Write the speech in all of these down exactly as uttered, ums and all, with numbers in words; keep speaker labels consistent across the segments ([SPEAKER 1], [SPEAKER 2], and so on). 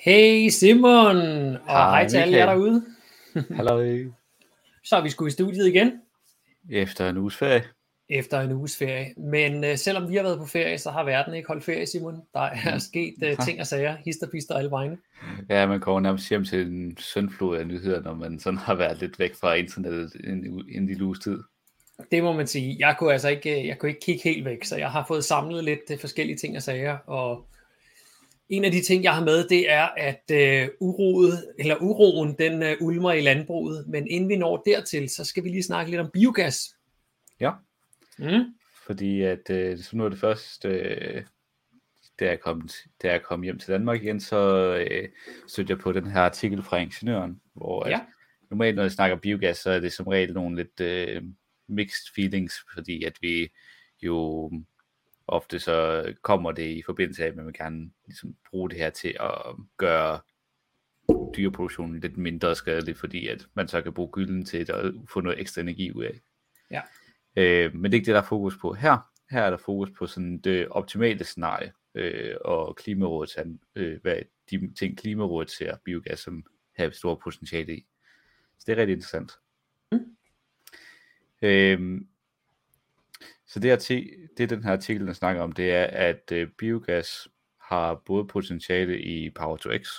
[SPEAKER 1] Hey Simon, og hej til alle jer derude.
[SPEAKER 2] Hallo.
[SPEAKER 1] Så er vi sgu i studiet igen.
[SPEAKER 2] Efter en uges ferie.
[SPEAKER 1] Efter en uges ferie. Men uh, selvom vi har været på ferie, så har verden ikke holdt ferie, Simon. Der er sket uh, ting og sager, hister pister alle vegne.
[SPEAKER 2] Ja, man kommer nærmest hjem til en søndflod af nyheder, når man sådan har været lidt væk fra internettet en, en lille uges tid.
[SPEAKER 1] Det må man sige. Jeg kunne altså ikke, jeg kunne ikke kigge helt væk, så jeg har fået samlet lidt forskellige ting og sager, og en af de ting, jeg har med, det er, at øh, uroet, eller uroen, den øh, ulmer i landbruget. Men inden vi når dertil, så skal vi lige snakke lidt om biogas.
[SPEAKER 2] Ja,
[SPEAKER 1] mm.
[SPEAKER 2] fordi at øh, så nu er det først, øh, da jeg kom, da jeg kom hjem til Danmark igen, så øh, stødte jeg på den her artikel fra Ingeniøren, hvor
[SPEAKER 1] ja.
[SPEAKER 2] at, normalt når jeg snakker biogas, så er det som regel nogle lidt øh, mixed feelings, fordi at vi jo ofte så kommer det i forbindelse af, at man kan ligesom bruge det her til at gøre dyreproduktionen lidt mindre skadelig, fordi at man så kan bruge gylden til at få noget ekstra energi ud af.
[SPEAKER 1] Ja.
[SPEAKER 2] Øh, men det er ikke det, der er fokus på her. Her er der fokus på sådan det optimale scenarie, øh, og Klimarådet, øh, hvad de ting Klimarådet ser biogas som har store potentiale i. Så det er rigtig interessant. Mm. Øh, Så det, arti- det den her artikel, der snakker om, det er, at øh, biogas har både potentiale i Power to X,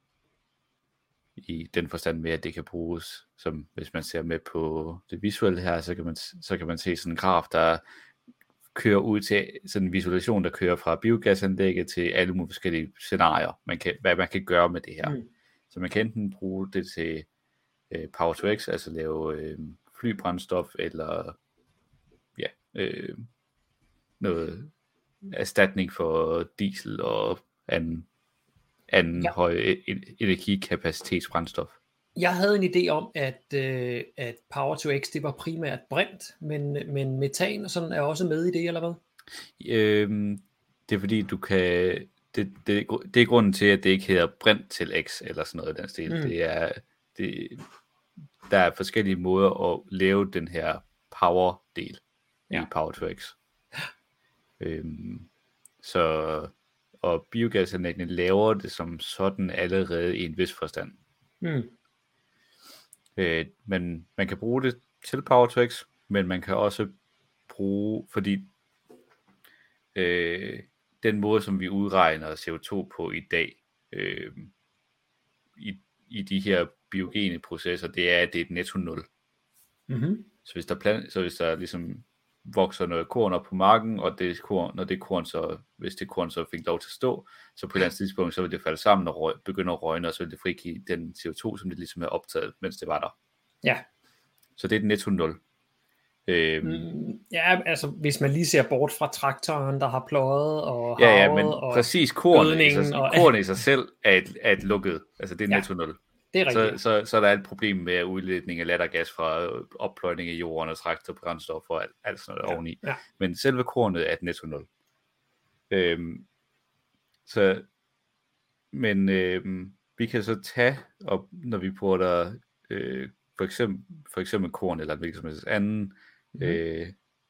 [SPEAKER 2] i den forstand med, at det kan bruges, som hvis man ser med på det visuelle her, så kan man, så kan man se sådan en graf, der kører ud til sådan en visualisation, der kører fra biogasanlægget til alle mulige forskellige scenarier, man kan, hvad man kan gøre med det her. Mm. Så man kan enten bruge det til øh, Power to X, altså lave øh, flybrændstof, eller ja, øh, noget erstatning for diesel og anden, anden ja. høj energikapacitetsbrændstof.
[SPEAKER 1] Jeg havde en idé om, at, øh, at Power to X, det var primært brint, men, men metan og sådan er også med i det, eller hvad?
[SPEAKER 2] Øhm, det er fordi, du kan... Det, det, det er grunden til, at det ikke hedder brint til X, eller sådan noget i den stil. Mm. Det er, det, der er forskellige måder at lave den her power-del i ja. Power to X. øhm, så og biogasanlæggene laver det som sådan allerede i en vis forstand. Mm. Øh, men man kan bruge det til Power to X, men man kan også bruge, fordi øh, den måde, som vi udregner C O to på i dag, øh, i, i de her biogene processer, det er, at det er et netto nul. Mm-hmm. Så hvis der plan, så hvis der ligesom vokser noget korn op på marken, og det korn, når det korn så, hvis det korn så fik lov til at stå, så på et eller andet tidspunkt, så vil det falde sammen og røg, begynde at røgne, og så vil det frigive den C O to, som det ligesom er optaget, mens det var der.
[SPEAKER 1] Ja.
[SPEAKER 2] Så det er et netto nul.
[SPEAKER 1] Øhm, mm, ja, altså hvis man lige ser bort fra traktoren, der har pløjet og
[SPEAKER 2] ja, ja,
[SPEAKER 1] havet,
[SPEAKER 2] men
[SPEAKER 1] og
[SPEAKER 2] præcis kornet i sig,
[SPEAKER 1] og...
[SPEAKER 2] kornet i sig selv er et, er et lukket, altså det er netto nul.
[SPEAKER 1] Det er
[SPEAKER 2] så, så, så der er et problem med udledning af lattergas fra oppløjning af jorden og traktorbrændstof og alt, alt sådan noget ja, oveni. Ja. Men selve kornet er et netto nul. Øhm, så, men øhm, vi kan så tage, og når vi putter øh, for, eksempel, for eksempel korn eller hvilken som helst anden mm. øh,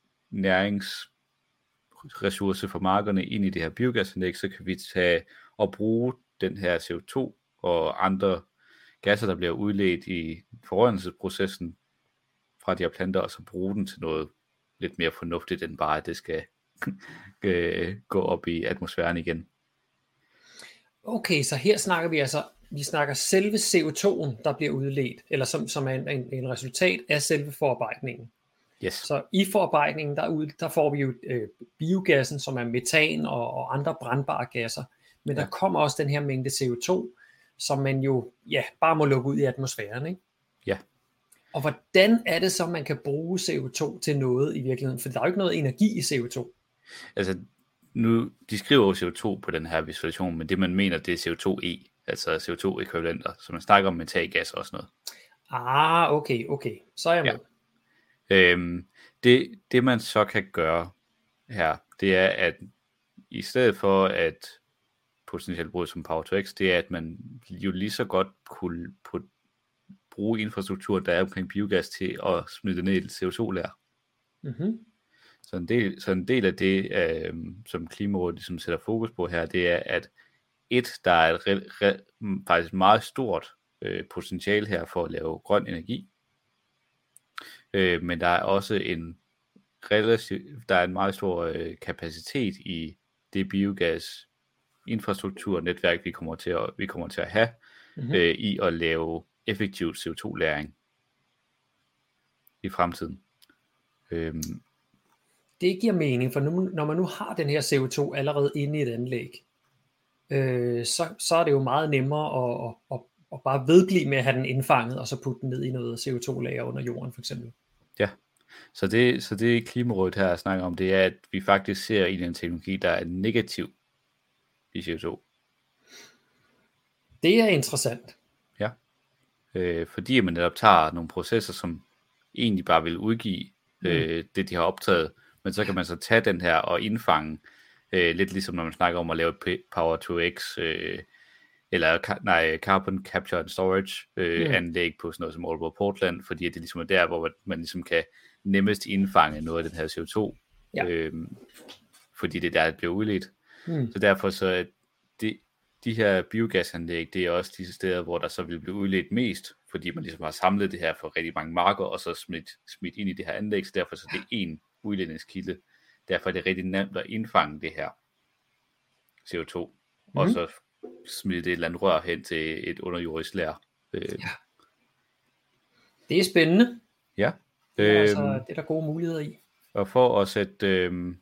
[SPEAKER 2] næringsressource for markerne ind i det her biogasanlæg, så kan vi tage og bruge den her C O to og andre gasser, der bliver udledt i forrådnelsesprocessen fra de her planter, og så bruge den til noget lidt mere fornuftigt, end bare, at det skal gå op i atmosfæren igen.
[SPEAKER 1] Okay, så her snakker vi altså, vi snakker selve C O to'en, der bliver udledt, eller som, som er en, en, en resultat af selve forarbejdningen.
[SPEAKER 2] Yes.
[SPEAKER 1] Så i forarbejdningen, der, ud, der får vi jo øh, biogassen, som er metan og, og andre brændbare gasser, men ja. Der kommer også den her mængde C O to, som man jo ja, bare må lukke ud i atmosfæren, ikke?
[SPEAKER 2] Ja.
[SPEAKER 1] Og hvordan er det så, man kan bruge C O to til noget i virkeligheden? For der er jo ikke noget energi i C O to.
[SPEAKER 2] Altså, nu, de skriver jo C O to på den her visualisation, men det man mener, det er C O to E, altså C O to ekvivalenter, så man snakker om metangas og sådan noget.
[SPEAKER 1] Ah, okay, okay. Så er jeg med. Ja.
[SPEAKER 2] Øhm, det, det man så kan gøre her, det er, at i stedet for at potentielt bruge som Power to X, det er, at man jo lige så godt kunne putte, bruge infrastruktur, der er omkring biogas til at smide det ned i C O to-lager. Mm-hmm. Så, en del, så en del af det, øh, som Klimarådet ligesom sætter fokus på her, det er, at et, der er et re- re- faktisk meget stort øh, potentiale her for at lave grøn energi, øh, men der er også en relativt, der er en meget stor øh, kapacitet i det biogas infrastrukturnetværk, vi kommer til at, vi kommer til at have, mm-hmm. øh, i at lave effektiv C O to lagring i fremtiden. Øhm.
[SPEAKER 1] Det giver mening, for nu, når man nu har den her C O to allerede inde i et anlæg, øh, så, så er det jo meget nemmere at, at, at, at bare vedblive med at have den indfanget, og så putte den ned i noget C O to lager under jorden for eksempel.
[SPEAKER 2] Ja, så det, så det Klimarådet her snakker om, det er, at vi faktisk ser i den teknologi, der er negativ i C O to.
[SPEAKER 1] Det er interessant.
[SPEAKER 2] Ja, øh, fordi man netop tager nogle processer, som egentlig bare vil udgive øh, mm. det, de har optaget, men så kan man så tage den her og indfange, øh, lidt ligesom når man snakker om at lave Power to X, øh, eller nej, Carbon Capture and Storage øh, mm. anlæg på sådan noget som Aalborg Portland, fordi det ligesom er der, hvor man ligesom kan nemmest indfange noget af den her C O to, ja. øh, fordi det er der, det bliver udledt. Mm. Så derfor så er det, de her biogasanlæg, det er også de steder, hvor der så vil blive udledt mest, fordi man ligesom har samlet det her for rigtig mange marker, og så smidt, smidt ind i det her anlæg, så derfor så det er en udledningskilde. Derfor er det rigtig nemt at indfange det her C O to, mm. og så smide det et eller andet rør hen til et underjordisk lager. Øh.
[SPEAKER 1] Ja. Det er spændende.
[SPEAKER 2] Ja.
[SPEAKER 1] Det er, altså, det er der gode muligheder i.
[SPEAKER 2] Og for at sætte øh,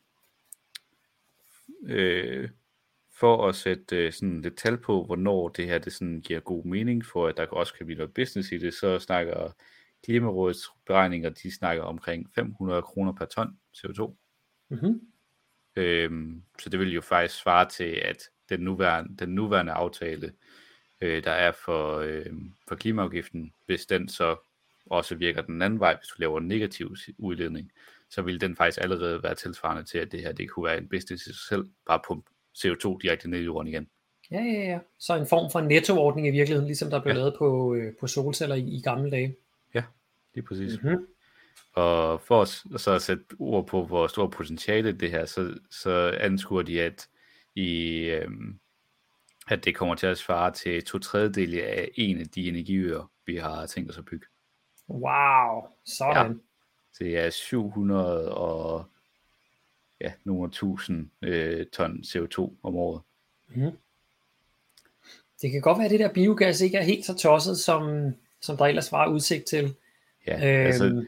[SPEAKER 2] øh, for at sætte øh, sådan lidt tal på, hvornår det her det sådan giver god mening, for at der også kan blive noget business i det, så snakker Klimarådets beregninger, de snakker omkring fem hundrede kroner per ton C O to.
[SPEAKER 1] Mm-hmm.
[SPEAKER 2] Øhm, så det vil jo faktisk svare til, at den nuværende, den nuværende aftale, øh, der er for, øh, for klimaafgiften, hvis den så også virker den anden vej, hvis du laver en negativ udledning, så vil den faktisk allerede være tilsvarende til, at det her det kunne være en business i sig selv, bare pumpe C O to direkte ned i jorden igen.
[SPEAKER 1] Ja, ja, ja. Så en form for en nettoordning i virkeligheden, ligesom der blev ja. lavet på, øh, på solceller i, i gamle dage.
[SPEAKER 2] Ja, lige præcis.
[SPEAKER 1] Mm-hmm.
[SPEAKER 2] Og for at, så at sætte ord på, hvor stort potentiale det her, så, så anskuer de, at, i, øhm, at det kommer til at svare til to tredjedele af en af de energiøer, vi har tænkt os at bygge.
[SPEAKER 1] Wow, sådan.
[SPEAKER 2] Ja, det er syv hundrede og ja, nogle tusind øh, ton C O to om året.
[SPEAKER 1] Mm. Det kan godt være, at det der biogas ikke er helt så tosset, som, som der ellers var udsigt til.
[SPEAKER 2] Ja, øhm, altså,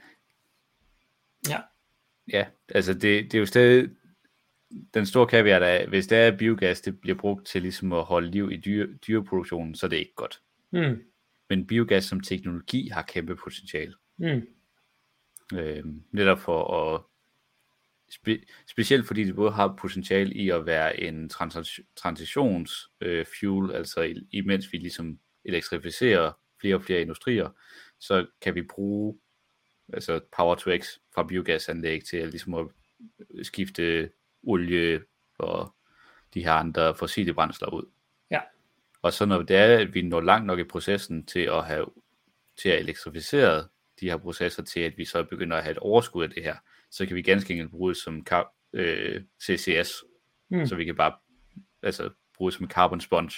[SPEAKER 1] ja.
[SPEAKER 2] ja, altså det, det er jo stadig den store caveat er, hvis det er biogas, det bliver brugt til ligesom at holde liv i dyre, dyreproduktionen, så er det ikke godt.
[SPEAKER 1] Mm.
[SPEAKER 2] Men biogas som teknologi har kæmpe potentiale.
[SPEAKER 1] Mm.
[SPEAKER 2] Øhm, netop for at spe, specielt fordi det både har potentiale i at være en trans, transitionsfuel, øh, altså i, imens vi ligesom elektrificerer flere og flere industrier, så kan vi bruge altså Power to X fra biogasanlæg til ligesom at skifte olie og de her andre fossile brændsler ud.
[SPEAKER 1] Ja.
[SPEAKER 2] Og så når det er, at vi når langt nok i processen til at have til at elektrificere de her processer til, at vi så begynder at have et overskud af det her, så kan vi ganske enkelt bruge det som øh, C C S, mm. så vi kan bare altså bruge det som en carbon sponge.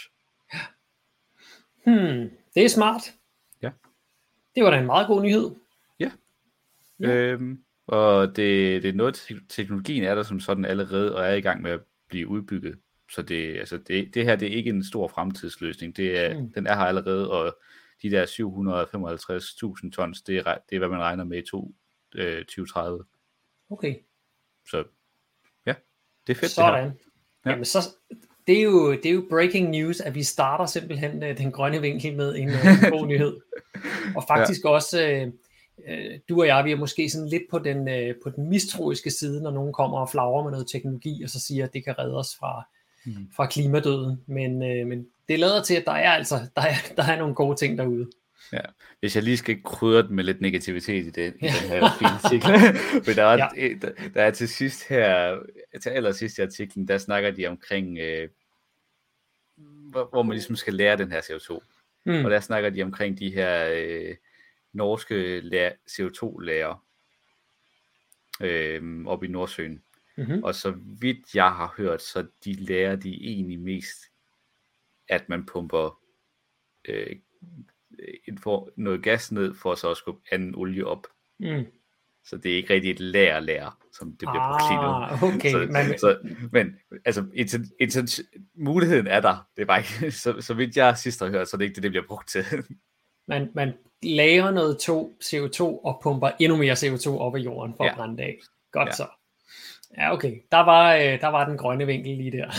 [SPEAKER 1] Hmm, det er smart.
[SPEAKER 2] Ja.
[SPEAKER 1] Det var da en meget god nyhed.
[SPEAKER 2] Ja. ja. Øhm, og det, det er noget, teknologien er der som sådan allerede, og er i gang med at blive udbygget. Så det, altså det, det her det er ikke en stor fremtidsløsning. Det er, mm. Den er her allerede, og de der syv hundrede og femoghalvtreds tusind tons, det er, det er hvad man regner med i to, øh, tyve tredive.
[SPEAKER 1] Okay.
[SPEAKER 2] Så ja, det er fedt.
[SPEAKER 1] Sådan.
[SPEAKER 2] Det her.
[SPEAKER 1] Ja. Jamen så, det er, jo, det er jo breaking news, at vi starter simpelthen uh, den grønne vinkel med en uh, god nyhed. Og faktisk ja. også, uh, du og jeg, vi er måske sådan lidt på den, uh, på den mistroiske side, når nogen kommer og flagrer med noget teknologi, og så siger, at det kan redde os fra, mm. fra klimadøden. Men, uh, men det lader til, at der er altså der er, der er nogle gode ting derude.
[SPEAKER 2] Ja, hvis jeg lige skal krydre den med lidt negativitet i, det, i den her fine artikel. For der er, ja. der, der er til sidst her, til allersidst i artiklen, der snakker de omkring, øh, hvor, hvor man ligesom skal lære den her C O to. Mm. Og der snakker de omkring de her øh, norske lærer, C O to lager øh, oppe i Nordsøen. Mm-hmm. Og så vidt jeg har hørt, så de lærer de egentlig mest at man pumper øh, for noget gas ned, for så at skubbe anden olie op.
[SPEAKER 1] Mm.
[SPEAKER 2] Så det er ikke rigtig et lager-lager, som det bliver brugt lige nu.
[SPEAKER 1] Ah, okay.
[SPEAKER 2] Så,
[SPEAKER 1] Man...
[SPEAKER 2] så, men altså, inten, inten, muligheden er der. Det er bare ikke, så, så vidt jeg sidst har hørt, så er det ikke det, det bliver brugt til.
[SPEAKER 1] man, man lager noget to, C O to og pumper endnu mere C O to op i jorden for ja. at brænde af. Godt ja. så. Ja, okay. Der var, øh, der var den grønne vinkel lige der.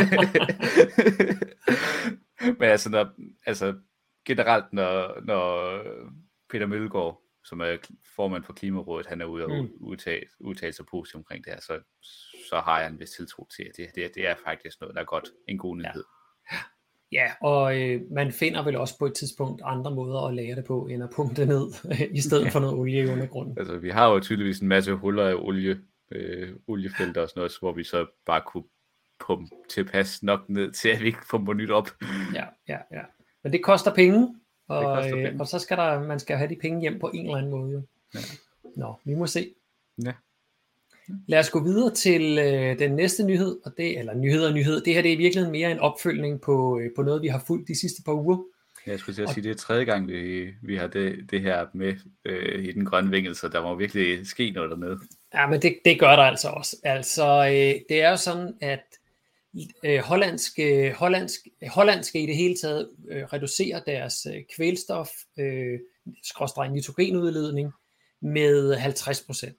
[SPEAKER 2] Men altså, når, altså generelt, når, når Peter Mølgaard, som er formand for Klimarådet, han er ude og mm. udtale, udtale sig positivt omkring det her, så, så har jeg en vis tiltro til, at det, det, det er faktisk noget, der er godt, en god nyhed.
[SPEAKER 1] Ja, ja og øh, man finder vel også på et tidspunkt andre måder at lære det på, end at pumpe det ned, i stedet ja. for noget olie i undergrunden.
[SPEAKER 2] Altså, vi har jo tydeligvis en masse huller af olie, øh, oliefelter og sådan noget, hvor vi så bare kunne pumpe tilpas nok ned til, at vi ikke pumper nyt op.
[SPEAKER 1] Ja, ja, ja. Men det koster penge, og,
[SPEAKER 2] det koster penge.
[SPEAKER 1] Øh, og så skal der, man skal have de penge hjem på en eller anden måde. Jo.
[SPEAKER 2] Ja.
[SPEAKER 1] Nå, vi må se.
[SPEAKER 2] Ja.
[SPEAKER 1] Lad os gå videre til øh, den næste nyhed, og det, eller nyhed og nyhed. Det her det er i virkeligheden mere en opfølgning på, øh, på noget, vi har fulgt de sidste par uger.
[SPEAKER 2] Jeg skulle til at sige, det er tredje gang, vi, vi har det, det her med øh, i den grønne vinkel, så der må virkelig ske noget dernede.
[SPEAKER 1] Ja, men det, det gør der altså også. Altså, øh, det er jo sådan, at øh, hollandske, hollandsk, hollandske i det hele taget øh, reducerer deres øh, kvælstof, øh, skråstreg nitrogenudledning med halvtreds procent.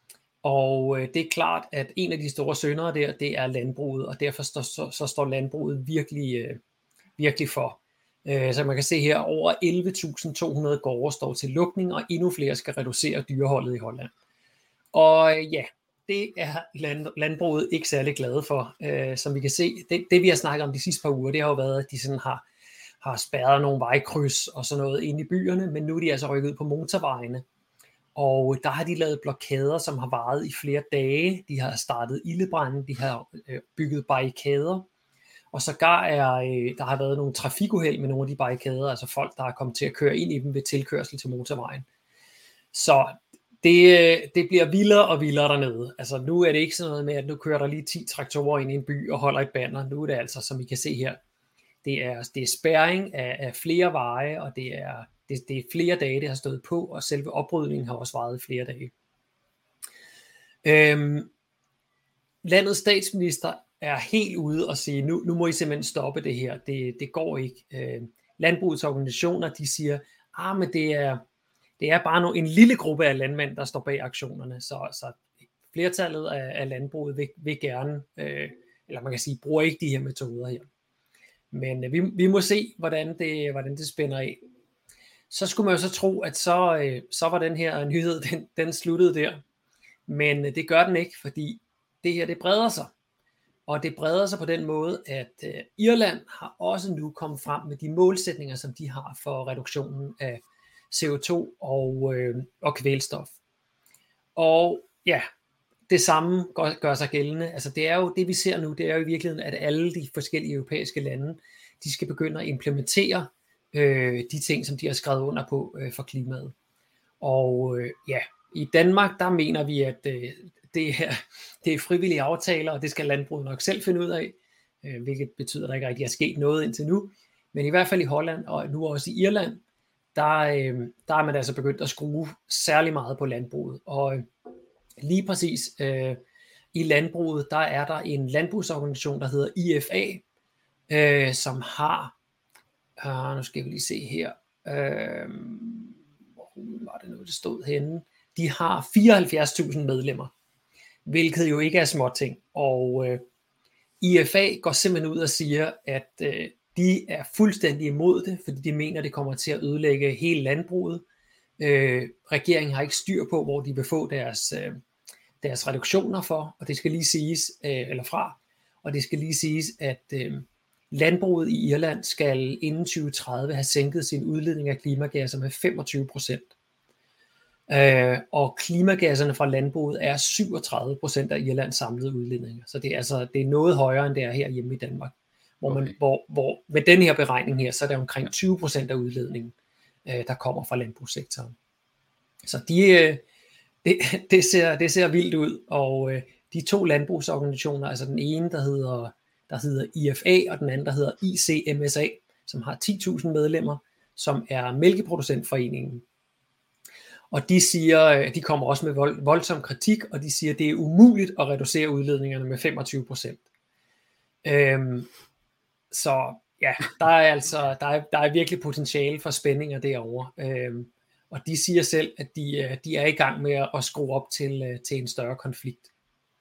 [SPEAKER 1] Og øh, det er klart, at en af de store syndere der, det er landbruget, og derfor står, så, så står landbruget virkelig, øh, virkelig for. Øh, så man kan se her, over elleve tusind to hundrede gårde står til lukning, og endnu flere skal reducere dyreholdet i Holland. Og øh, ja, det er land, landbruget ikke særlig glade for. Øh, som vi kan se, det, det vi har snakket om de sidste par uger, det har jo været, at de sådan har, har spærret nogle vejkryds og sådan noget ind i byerne, men nu er de altså rykket ud på motorvejene. Og der har de lavet blokader, som har varet i flere dage. De har startet ildebrande, de har øh, bygget barrikader. Og sågar er, øh, der har været nogle trafikuheld med nogle af de barrikader, altså folk, der er kommet til at køre ind i dem ved tilkørsel til motorvejen. Så det, det bliver vildere og vildere dernede. Altså nu er det ikke sådan noget med, at nu kører der lige ti traktorer ind i en by og holder et banner. Nu er det altså, som I kan se her, det er, det er spærring af, af flere veje, og det er, det, det er flere dage, det har stået på, og selve oprydningen har også varet flere dage. Øhm, landets statsminister er helt ude og sige, nu, nu må I simpelthen stoppe det her, det, det går ikke. Øh, landbrugets organisationer, de siger, ah, men det er, det er bare no, en lille gruppe af landmænd, der står bag aktionerne, så, så flertallet af, af landbruget vil, vil gerne, øh, eller man kan sige, bruger ikke de her metoder her. Men øh, vi, vi må se, hvordan det, hvordan det spænder af. Så skulle man jo så tro, at så, øh, så var den her nyhed, den, den sluttede der. Men øh, det gør den ikke, fordi det her, det breder sig. Og det breder sig på den måde, at øh, Irland har også nu kommet frem med de målsætninger, som de har for reduktionen af C O to og, øh, og kvælstof. Og ja, det samme gør, gør sig gældende. Altså det er jo det, vi ser nu, det er jo i virkeligheden, at alle de forskellige europæiske lande, de skal begynde at implementere øh, de ting, som de har skrevet under på øh, for klimaet. Og øh, ja, i Danmark, der mener vi, at øh, det, er, det er frivillige aftaler, og det skal landbruget nok selv finde ud af, øh, hvilket betyder, at der ikke rigtig er sket noget indtil nu. Men i hvert fald i Holland, og nu også i Irland, der, øh, der er man altså begyndt at skrue særlig meget på landbruget. Og øh, lige præcis øh, i landbruget, der er der en landbrugsorganisation, der hedder I F A, øh, som har, øh, nu skal vi lige se her, øh, hvor var det nu, det stod henne, de har fireoghalvfjerds tusind medlemmer, hvilket jo ikke er småting. Og øh, I F A går simpelthen ud og siger, at øh, de er fuldstændig imod det, fordi de mener, det kommer til at ødelægge hele landbruget. Øh, regeringen har ikke styr på, hvor de vil få deres, øh, deres reduktioner for, og det skal lige siges, øh, eller fra, og det skal lige siges, at øh, landbruget i Irland skal inden tyve tredive have sænket sin udledning af klimagasser med femogtyve procent. Øh, og klimagasserne fra landbruget er syvogtredive procent af Irlands samlede udledninger. Så det er, altså, det er noget højere, end det er her hjemme i Danmark. Hvor, man, okay. hvor, hvor med den her beregning her, så er det omkring tyve procent af udledningen, øh, der kommer fra landbrugssektoren. Så de, øh, det, det, ser, det ser vildt ud, og øh, de to landbrugsorganisationer, altså den ene, der hedder der hedder I F A, og den anden, der hedder I C M S A, som har ti tusind medlemmer, som er Mælkeproducentforeningen. Og de siger, de kommer også med vold, voldsom kritik, og de siger, at det er umuligt at reducere udledningerne med femogtyve procent. Øhm, så ja, der er altså der er, der er virkelig potentiale for spændinger derovre. Øhm, og de siger selv, at de, de er i gang med at skrue op til, til en større konflikt.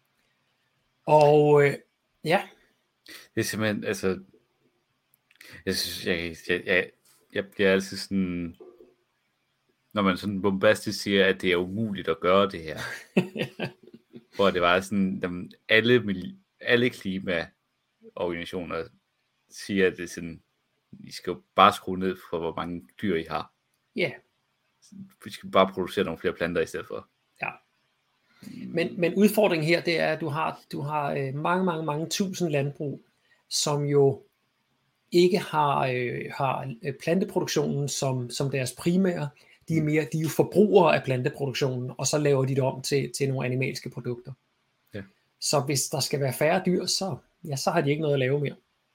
[SPEAKER 1] Og øh, ja.
[SPEAKER 2] Det er simpelthen, altså, jeg synes, jeg, jeg, jeg, jeg bliver altid sådan, når man sådan bombastisk siger, at det er umuligt at gøre det her. Hvor det var sådan, jamen, alle, alle klimaorganisationer siger, at det er sådan, I skal jo bare skrue ned for, hvor mange dyr I har.
[SPEAKER 1] Ja. Yeah.
[SPEAKER 2] Vi skal bare producere nogle flere planter i stedet for.
[SPEAKER 1] Ja. Men, men udfordringen her, det er, at du har, du har mange, mange, mange tusind landbrug, som jo ikke har, øh, har planteproduktionen som, som deres primære. De er, mere, de er jo forbrugere af planteproduktionen, og så laver de det om til, til nogle animalske produkter.
[SPEAKER 2] Ja.
[SPEAKER 1] Så hvis der skal være færre dyr, så, ja, så har de ikke noget at lave mere.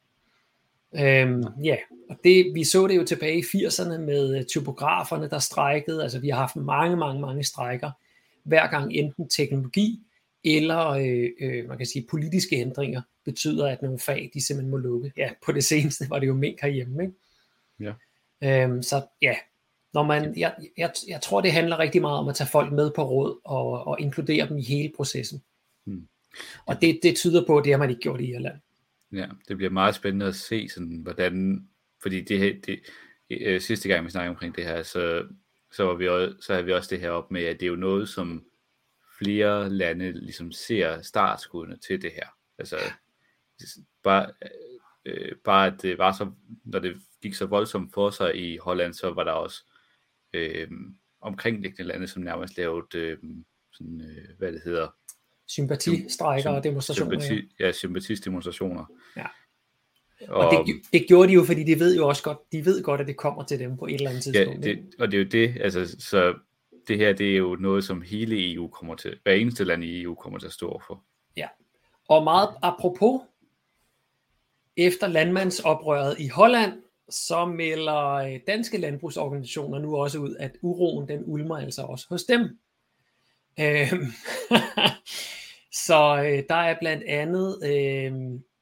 [SPEAKER 1] Øhm, ja, og det, vi så det jo tilbage i firserne med typograferne, der strejkede. Altså vi har haft mange, mange, mange strejker, hver gang enten teknologi eller øh, øh, man kan sige politiske ændringer betyder, at nogle fag de simpelthen må lukke. Ja, på det seneste var det jo mink herhjemme, ikke?
[SPEAKER 2] Ja.
[SPEAKER 1] Øhm, så ja, når man, jeg, jeg, jeg tror det handler rigtig meget om at tage folk med på råd og, og inkludere dem i hele processen. Hmm. Og det, det tyder på, at det har man ikke gjort i Irland.
[SPEAKER 2] Ja, det bliver meget spændende at se sådan, hvordan, fordi det her, det, øh, sidste gang vi snakkede omkring det her, så, så, var vi også, så havde vi også det her op med, at det er jo noget, som flere lande ligesom ser startskuddene til det her. Altså, bare, øh, bare at det var så, når det gik så voldsomt for sig i Holland, så var der også øh, omkringliggende lande, som nærmest lavede, øh, sådan, øh, hvad det hedder,
[SPEAKER 1] sympatistrækker og demonstrationer.
[SPEAKER 2] Sympati, ja, sympatisdemonstrationer.
[SPEAKER 1] Ja. Og, og det, det gjorde de jo, fordi de ved jo også godt, de ved godt, at det kommer til dem på et eller andet tidspunkt.
[SPEAKER 2] Ja, det, og det er jo det, altså, så det her, det er jo noget, som hele E U kommer til, hver eneste land i E U kommer til at stå for.
[SPEAKER 1] Ja, og meget apropos, efter landmandsoprøret i Holland, så melder danske landbrugsorganisationer nu også ud, at uroen, den ulmer altså også hos dem. Øhm, så øh, der er blandt andet øh,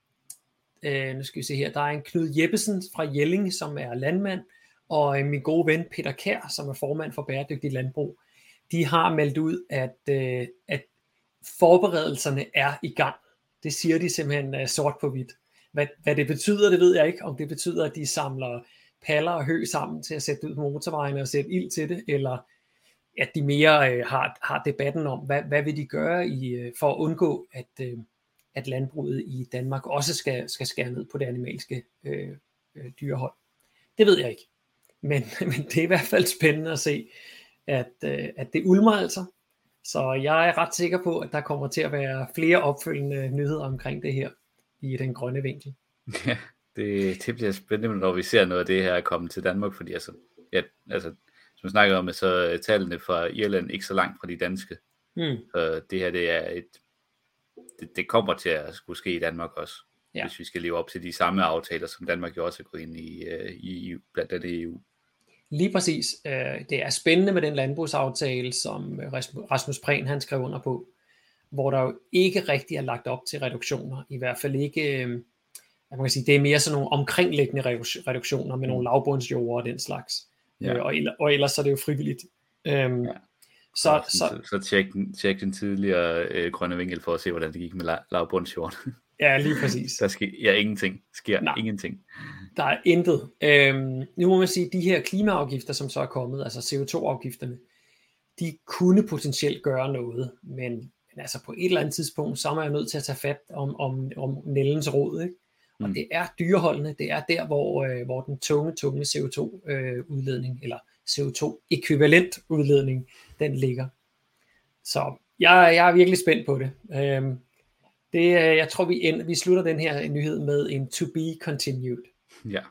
[SPEAKER 1] øh, nu skal vi se her, der er en Knud Jeppesen fra Jelling, som er landmand, og øh, min gode ven Peter Kjær, som er formand for Bæredygtig Landbrug. De har meldt ud, at, øh, at forberedelserne er i gang. Det siger de simpelthen øh, sort på hvidt. Hvad, hvad det betyder, det ved jeg ikke. Om det betyder, at de samler paller og hø sammen til at sætte ud på motorvejene og sætte ild til det, eller at de mere øh, har, har debatten om, hvad, hvad vil de gøre i, øh, for at undgå, at, øh, at landbruget i Danmark også skal, skal skære ned på det animalske øh, øh, dyrehold. Det ved jeg ikke. Men, men det er i hvert fald spændende at se, at, øh, at det ulmer altså. Så jeg er ret sikker på, at der kommer til at være flere opfølgende nyheder omkring det her i den grønne vinkel.
[SPEAKER 2] Ja, det, det bliver spændende, når vi ser noget af det her komme til Danmark, fordi altså, ja, altså som vi snakker om, så er tallene fra Irland ikke så langt fra de danske. Mm. Så det her, det er et, det, det kommer til at skulle ske i Danmark også, ja. Hvis vi skal leve op til de samme aftaler, som Danmark jo også er gået ind i, i blandt andet E U.
[SPEAKER 1] Lige præcis. Det er spændende med den landbrugsaftale, som Rasmus Prehn han skrev under på, hvor der jo ikke rigtig er lagt op til reduktioner, i hvert fald ikke, man kan sige, det er mere sådan nogle omkringliggende reduktioner med nogle lavbundsjorder og den slags. Ja. Og, ellers, og ellers så er det jo frivilligt. Øhm, ja.
[SPEAKER 2] Så, så, så, så tjek, tjek den tidligere øh, grønne vinkel for at se, hvordan det gik med la, lavbundsjorden.
[SPEAKER 1] Ja, lige præcis.
[SPEAKER 2] Der sker ja, ingenting. sker Nej. ingenting.
[SPEAKER 1] Der er intet. Øhm, nu må man sige, at de her klimaafgifter, som så er kommet, altså C O to afgifterne, de kunne potentielt gøre noget, men, men altså på et eller andet tidspunkt, så er man jo nødt til at tage fat om, om, om nældens rod, ikke? Og mm. det er dyreholdene, det er der, hvor, øh, hvor den tunge, tunge C O to udledning, øh, eller C O to ekvivalent udledning, den ligger. Så jeg, jeg er virkelig spændt på det. Øhm, det jeg tror, vi, end, vi slutter den her nyhed med en to be continued.
[SPEAKER 2] Ja.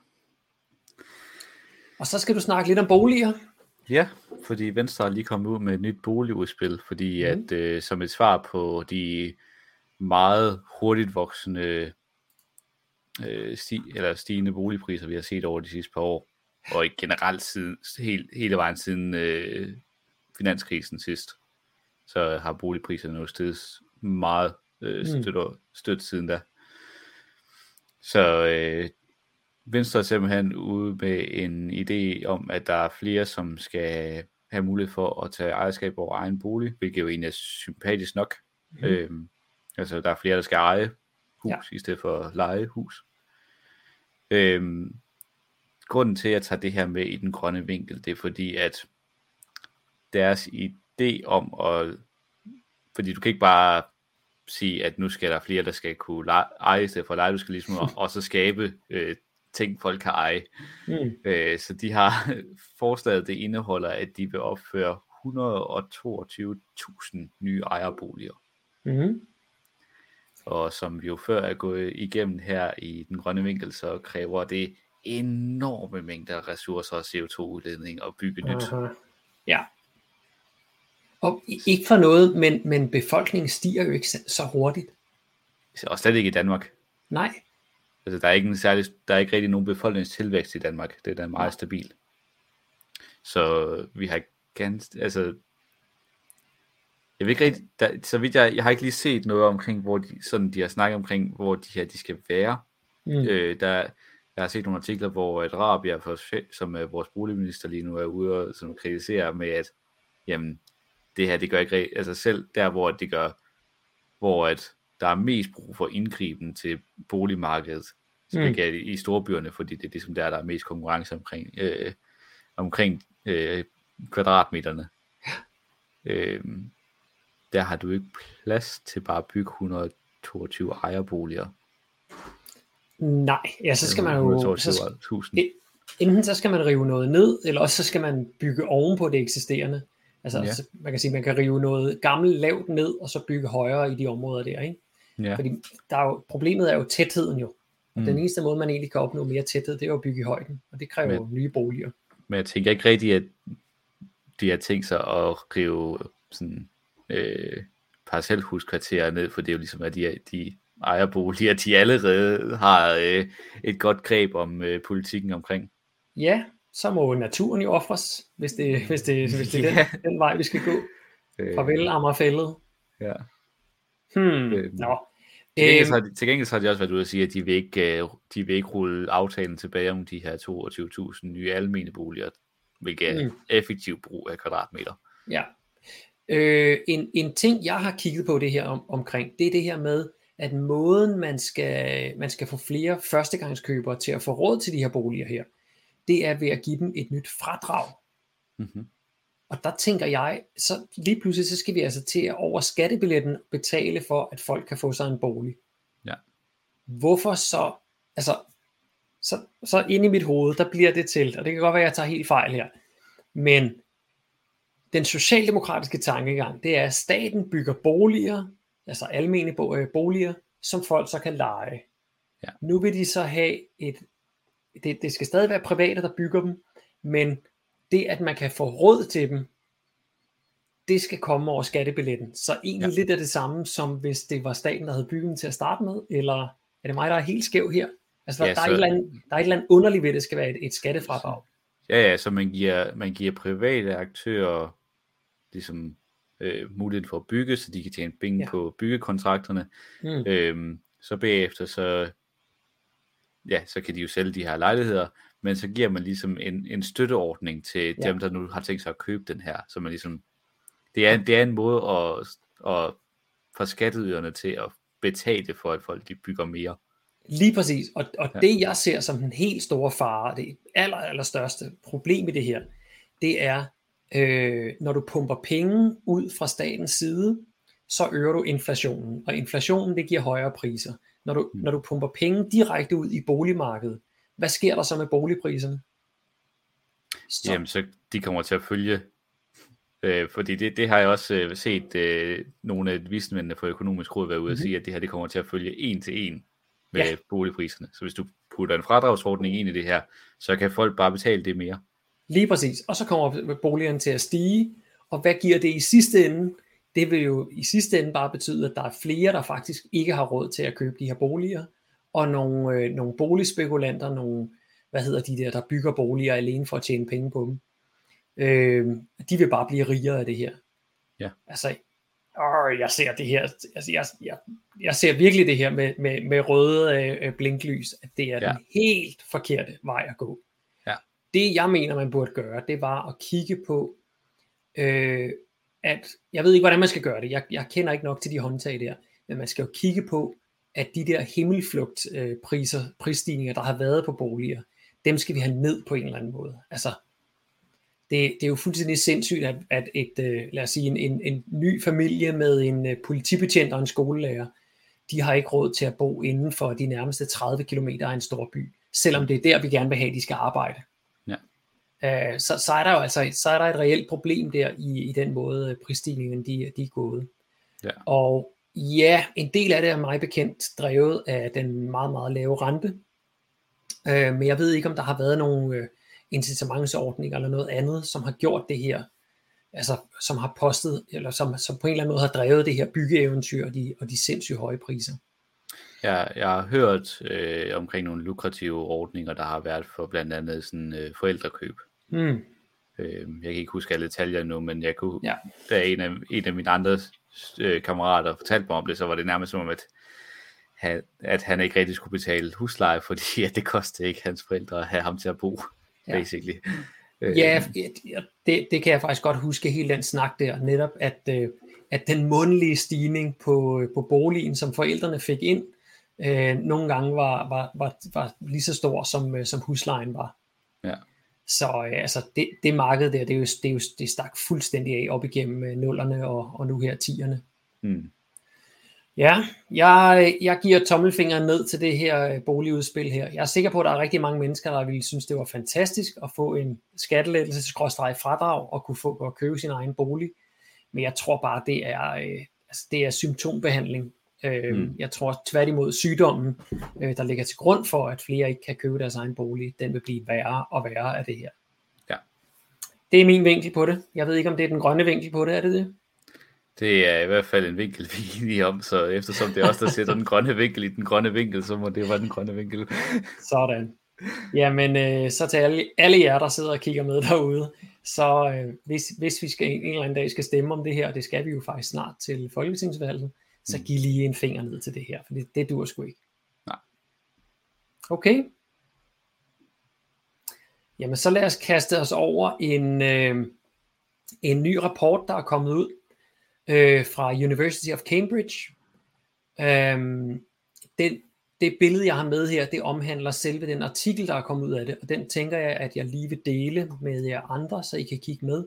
[SPEAKER 1] Og så skal du snakke lidt om boliger.
[SPEAKER 2] Ja, fordi Venstre er lige kommet ud med et nyt boligudspil, fordi mm. at øh, som et svar på de meget hurtigt voksende øh, sti, eller stigende boligpriser, vi har set over de sidste par år, og i generelt siden, helt, hele vejen siden øh, finanskrisen sidst, så har boligpriserne jo steget meget øh, stødt, mm. stødt siden da. Så øh, Venstre er simpelthen ude med en idé om, at der er flere, som skal have mulighed for at tage ejerskab over egen bolig, hvilket jo egentlig er sympatisk nok. Mm. Øhm, altså, der er flere, der skal eje hus, ja. I stedet for at leje hus. Øhm, grunden til, at jeg tager det her med i den grønne vinkel, det er fordi, at deres idé om at... Fordi du kan ikke bare sige, at nu skal der flere, der skal kunne lege, eje i stedet for at leje, du skal ligesom også skabe øh, ting, folk kan eje. Mm. Øh, så de har forslaget, det indeholder, at de vil opføre et hundrede og toogtyve tusind nye ejerboliger. Mm. Og som vi jo før er gået igennem her i den grønne vinkel, så kræver det enorme mængder ressourcer og C O to udledning og bygge nyt. Uh-huh.
[SPEAKER 1] Ja. Og ikke for noget, men, men befolkningen stiger jo ikke så hurtigt.
[SPEAKER 2] Og slet ikke i Danmark.
[SPEAKER 1] Nej.
[SPEAKER 2] Altså, der er ikke en særlig, der er ikke rigtig nogen befolkningstilvækst i Danmark. Det er da meget stabil. Så vi har ganske, altså, jeg ved ikke rigtig, der, så vidt jeg, jeg har ikke lige set noget omkring, hvor de, sådan de har snakket omkring, hvor de her, de skal være. Mm. Øh, der, jeg har set nogle artikler, hvor et Rabia, som er vores boligminister lige nu, er ude og som kritiserer med, at jamen, det her, det gør ikke rigtig, altså selv der, hvor det gør, hvor at der er mest brug for indgriben til boligmarkedet, mm. i storbyerne, fordi det er ligesom der, der er mest konkurrence omkring, øh, omkring øh, kvadratmeterne. Øh, der har du ikke plads til bare at bygge et hundrede og toogtyve ejerboliger.
[SPEAKER 1] Nej, ja, så skal man jo... Så skal, enten så skal man rive noget ned, eller også så skal man bygge oven på det eksisterende. Altså, ja. Så man kan sige, man kan rive noget gammelt lavt ned, og så bygge højere i de områder der, ikke? Ja. Fordi der er jo, problemet er jo tætheden jo. Og mm. den eneste måde, man egentlig kan opnå mere tæthed, det er jo at bygge i højden. Og det kræver men, jo nye boliger.
[SPEAKER 2] Men jeg tænker ikke rigtigt, at de har tænkt sig at rive sådan øh, parcelhuskvarterer ned, for det er jo ligesom, at de, de ejerboliger, de allerede har øh, et godt greb om øh, politikken omkring.
[SPEAKER 1] Ja, så må naturen jo ofres, hvis det, hvis det, hvis det er yeah. den, den vej, vi skal gå. Farvel, Amagerfællet.
[SPEAKER 2] Ja.
[SPEAKER 1] Hmm, øh, no.
[SPEAKER 2] Til gengæld, har de, til gengæld har de også været ude at sige, at de vil ikke, de vil ikke rulle aftalen tilbage om de her toogtyve tusind nye almene boliger, hvilket er mm. effektiv brug af kvadratmeter.
[SPEAKER 1] Ja. Øh, en, en ting, jeg har kigget på det her om, omkring, det er det her med, at måden, man skal, man skal få flere førstegangskøbere til at få råd til de her boliger her, det er ved at give dem et nyt fradrag. Mm-hmm. Og der tænker jeg, så lige pludselig så skal vi altså til at over skattebilletten betale for, at folk kan få sig en bolig.
[SPEAKER 2] Ja.
[SPEAKER 1] Hvorfor så, altså, så, så inde i mit hoved, der bliver det til, og det kan godt være, at jeg tager helt fejl her, men den socialdemokratiske tankegang, det er, at staten bygger boliger, altså almene boliger, som folk så kan leje.
[SPEAKER 2] Ja.
[SPEAKER 1] Nu vil de så have et, det, det skal stadig være private, der bygger dem, men det, at man kan få råd til dem, det skal komme over skattebilletten. Så egentlig ja. Lidt af det samme, som hvis det var staten, der havde bygget dem til at starte med, eller er det mig, der er helt skæv her? Altså, ja, der, så... er et eller andet, der er et eller andet underligt ved, det skal være et, et skattefradrag.
[SPEAKER 2] Ja, ja, så man giver, man giver private aktører ligesom øh, muligheden for at bygge, så de kan tjene penge ja. På byggekontrakterne. Mm. Øhm, så bagefter, så, ja, så kan de jo sælge de her lejligheder, men så giver man ligesom en, en støtteordning til ja. Dem, der nu har tænkt sig at købe den her. Så man ligesom, det er, det er en måde at, at få skatteyderne til at betale for, at folk de bygger mere.
[SPEAKER 1] Lige præcis, og, og ja. Det jeg ser som den helt store fare, det aller, aller største problem i det her, det er, øh, når du pumper penge ud fra statens side, så øger du inflationen, og inflationen det giver højere priser. Når du, mm. når du pumper penge direkte ud i boligmarkedet, hvad sker der så med boligpriserne?
[SPEAKER 2] Så. Jamen, så de kommer til at følge, øh, fordi det, det har jeg også øh, set øh, nogle af vismændene for økonomisk råd være ude mm-hmm. at sige, at det her det kommer til at følge en til en med ja. Boligpriserne. Så hvis du putter en fradragsordning ind i det her, så kan folk bare betale det mere.
[SPEAKER 1] Lige præcis, og så kommer boligerne til at stige, og hvad giver det i sidste ende? Det vil jo i sidste ende bare betyde, at der er flere, der faktisk ikke har råd til at købe de her boliger, og nogle, øh, nogle boligspekulanter, nogle, hvad hedder de der, der bygger boliger alene for at tjene penge på dem. Øh, de vil bare blive rigere af det her.
[SPEAKER 2] Ja.
[SPEAKER 1] Altså, åh, jeg ser det her, altså jeg, jeg, jeg ser virkelig det her med, med, med røde øh, blinklys, at det er ja. den helt forkerte vej at gå.
[SPEAKER 2] Ja.
[SPEAKER 1] Det jeg mener, man burde gøre, det var at kigge på, øh, at, jeg ved ikke, hvordan man skal gøre det, jeg, jeg kender ikke nok til de håndtag der, men man skal jo kigge på, at de der himmelflugt øh, priser, prisstigninger, der har været på boliger, dem skal vi have ned på en eller anden måde. Altså, det, det er jo fuldstændig sindssygt, at, at et, øh, lad os sige, en, en, en ny familie med en øh, politibetjent og en skolelærer, de har ikke råd til at bo inden for de nærmeste tredive kilometer af en stor by, selvom det er der, vi gerne vil have, de skal arbejde. Ja. Øh, så, så er der jo altså så er der et reelt problem der i, i den måde, prisstigningen de, de er gået. Ja. Og ja, en del af det er mig bekendt drevet af den meget, meget lave rente. Øh, men jeg ved ikke, om der har været nogle øh, incitamentsordninger eller noget andet, som har gjort det her, altså som har postet, eller som, som på en eller anden måde har drevet det her byggeeventyr og de, og de sindssygt høje priser.
[SPEAKER 2] Ja, jeg har hørt øh, omkring nogle lukrative ordninger, der har været for blandt andet sådan øh, forældrekøb. Mm. Øh, jeg kan ikke huske alle detaljer nu, men jeg kunne, ja. da en af, en af mine andre øh, kammerater fortalte mig om det, så var det nærmest som om, at han, at han ikke rigtig skulle betale husleje, fordi at det kostede ikke hans forældre at have ham til at bo, ja. basically.
[SPEAKER 1] Ja, det, det kan jeg faktisk godt huske, hele den snak der, netop at, at den månedlige stigning på, på boligen, som forældrene fik ind, øh, nogle gange var, var, var, var lige så stor, som, som huslejen var. Ja. Så øh, altså det, det marked der, det, er jo, det, er jo, det stak fuldstændig af op igennem nullerne og, og nu her tierne. Hmm. Ja, jeg, jeg giver tommelfingeren ned til det her boligudspil her. Jeg er sikker på, at der er rigtig mange mennesker, der ville synes, det var fantastisk at få en skattelettelse til skråstreg fradrag og kunne få at købe sin egen bolig. Men jeg tror bare, det er, øh, altså, det er symptombehandling. Øh, mm. Jeg tror tværtimod sygdommen, øh, der ligger til grund for, at flere ikke kan købe deres egen bolig, den vil blive værre og værre af det her.
[SPEAKER 2] Ja.
[SPEAKER 1] Det er min vinkel på det. Jeg ved ikke, om det er den grønne vinkel på det. Er det det?
[SPEAKER 2] Det er i hvert fald en vinkel, vi er enige om, så eftersom det er også der sætter den grønne vinkel i den grønne vinkel, så må det være den grønne vinkel.
[SPEAKER 1] Sådan. Jamen, øh, så til alle, alle jer, der sidder og kigger med derude, så øh, hvis, hvis vi skal en eller anden dag skal stemme om det her, og det skal vi jo faktisk snart til folketingsvalget, så giv lige en finger ned til det her, for det, det dur sgu ikke.
[SPEAKER 2] Nej.
[SPEAKER 1] Okay. Jamen, så lad os kaste os over en, øh, en ny rapport, der er kommet ud, Øh, fra University of Cambridge. Øhm, det, det billede, jeg har med her, det omhandler selve den artikel, der er kommet ud af det, og den tænker jeg, at jeg lige vil dele med jer andre, så I kan kigge med.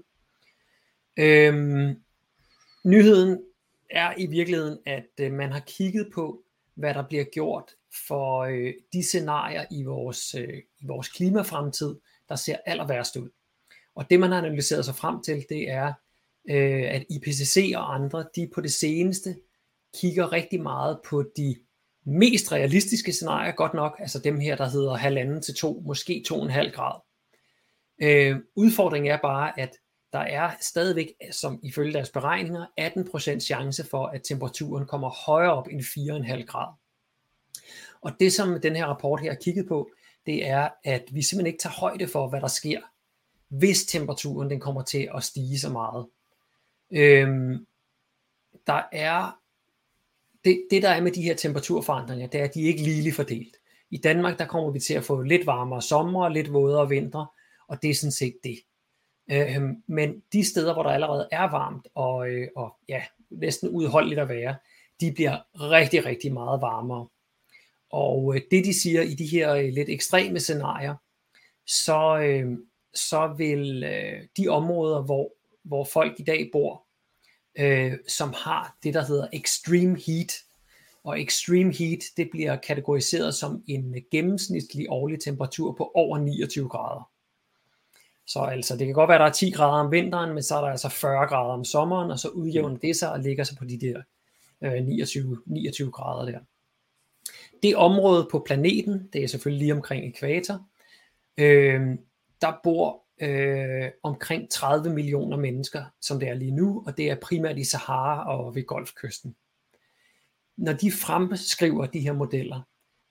[SPEAKER 1] Øhm, nyheden er i virkeligheden, at øh, man har kigget på, hvad der bliver gjort for øh, de scenarier i vores, øh, i vores klimafremtid, der ser aller værst ud. Og det, man har analyseret sig frem til, det er, at I P C C og andre, de på det seneste kigger rigtig meget på de mest realistiske scenarier, godt nok, altså dem her, der hedder halvanden til to, måske to og en halv grad. Øh, udfordringen er bare, at der er stadigvæk, som ifølge deres beregninger, atten procent chance for, at temperaturen kommer højere op end fire og en halv grad. Og det, som den her rapport her har kigget på, det er, at vi simpelthen ikke tager højde for, hvad der sker, hvis temperaturen den kommer til at stige så meget. Øhm, der er det, det der er med de her temperaturforandringer, det er, at de er ikke ligeligt fordelt. I Danmark, der kommer vi til at få lidt varmere sommer og lidt vådere vintre, og det er sådan set det. Øhm, men de steder, hvor der allerede er varmt og, øh, og ja, næsten udholdeligt at være, de bliver rigtig, rigtig meget varmere. Og øh, det de siger i de her øh, lidt ekstreme scenarier, så, øh, så vil øh, de områder, hvor hvor folk i dag bor, øh, som har det, der hedder extreme heat. Og extreme heat, det bliver kategoriseret som en gennemsnitlig årlig temperatur på over niogtyve grader. Så altså, det kan godt være, der er ti grader om vinteren, men så er der altså fyrre grader om sommeren, og så udjævner det sig og ligger sig på de der øh, niogtyve, niogtyve grader der. Det område på planeten, det er selvfølgelig lige omkring ækvator, øh, der bor Øh, omkring tredive millioner mennesker, som det er lige nu, og det er primært i Sahara og ved Golfkysten. Når de fremskriver de her modeller,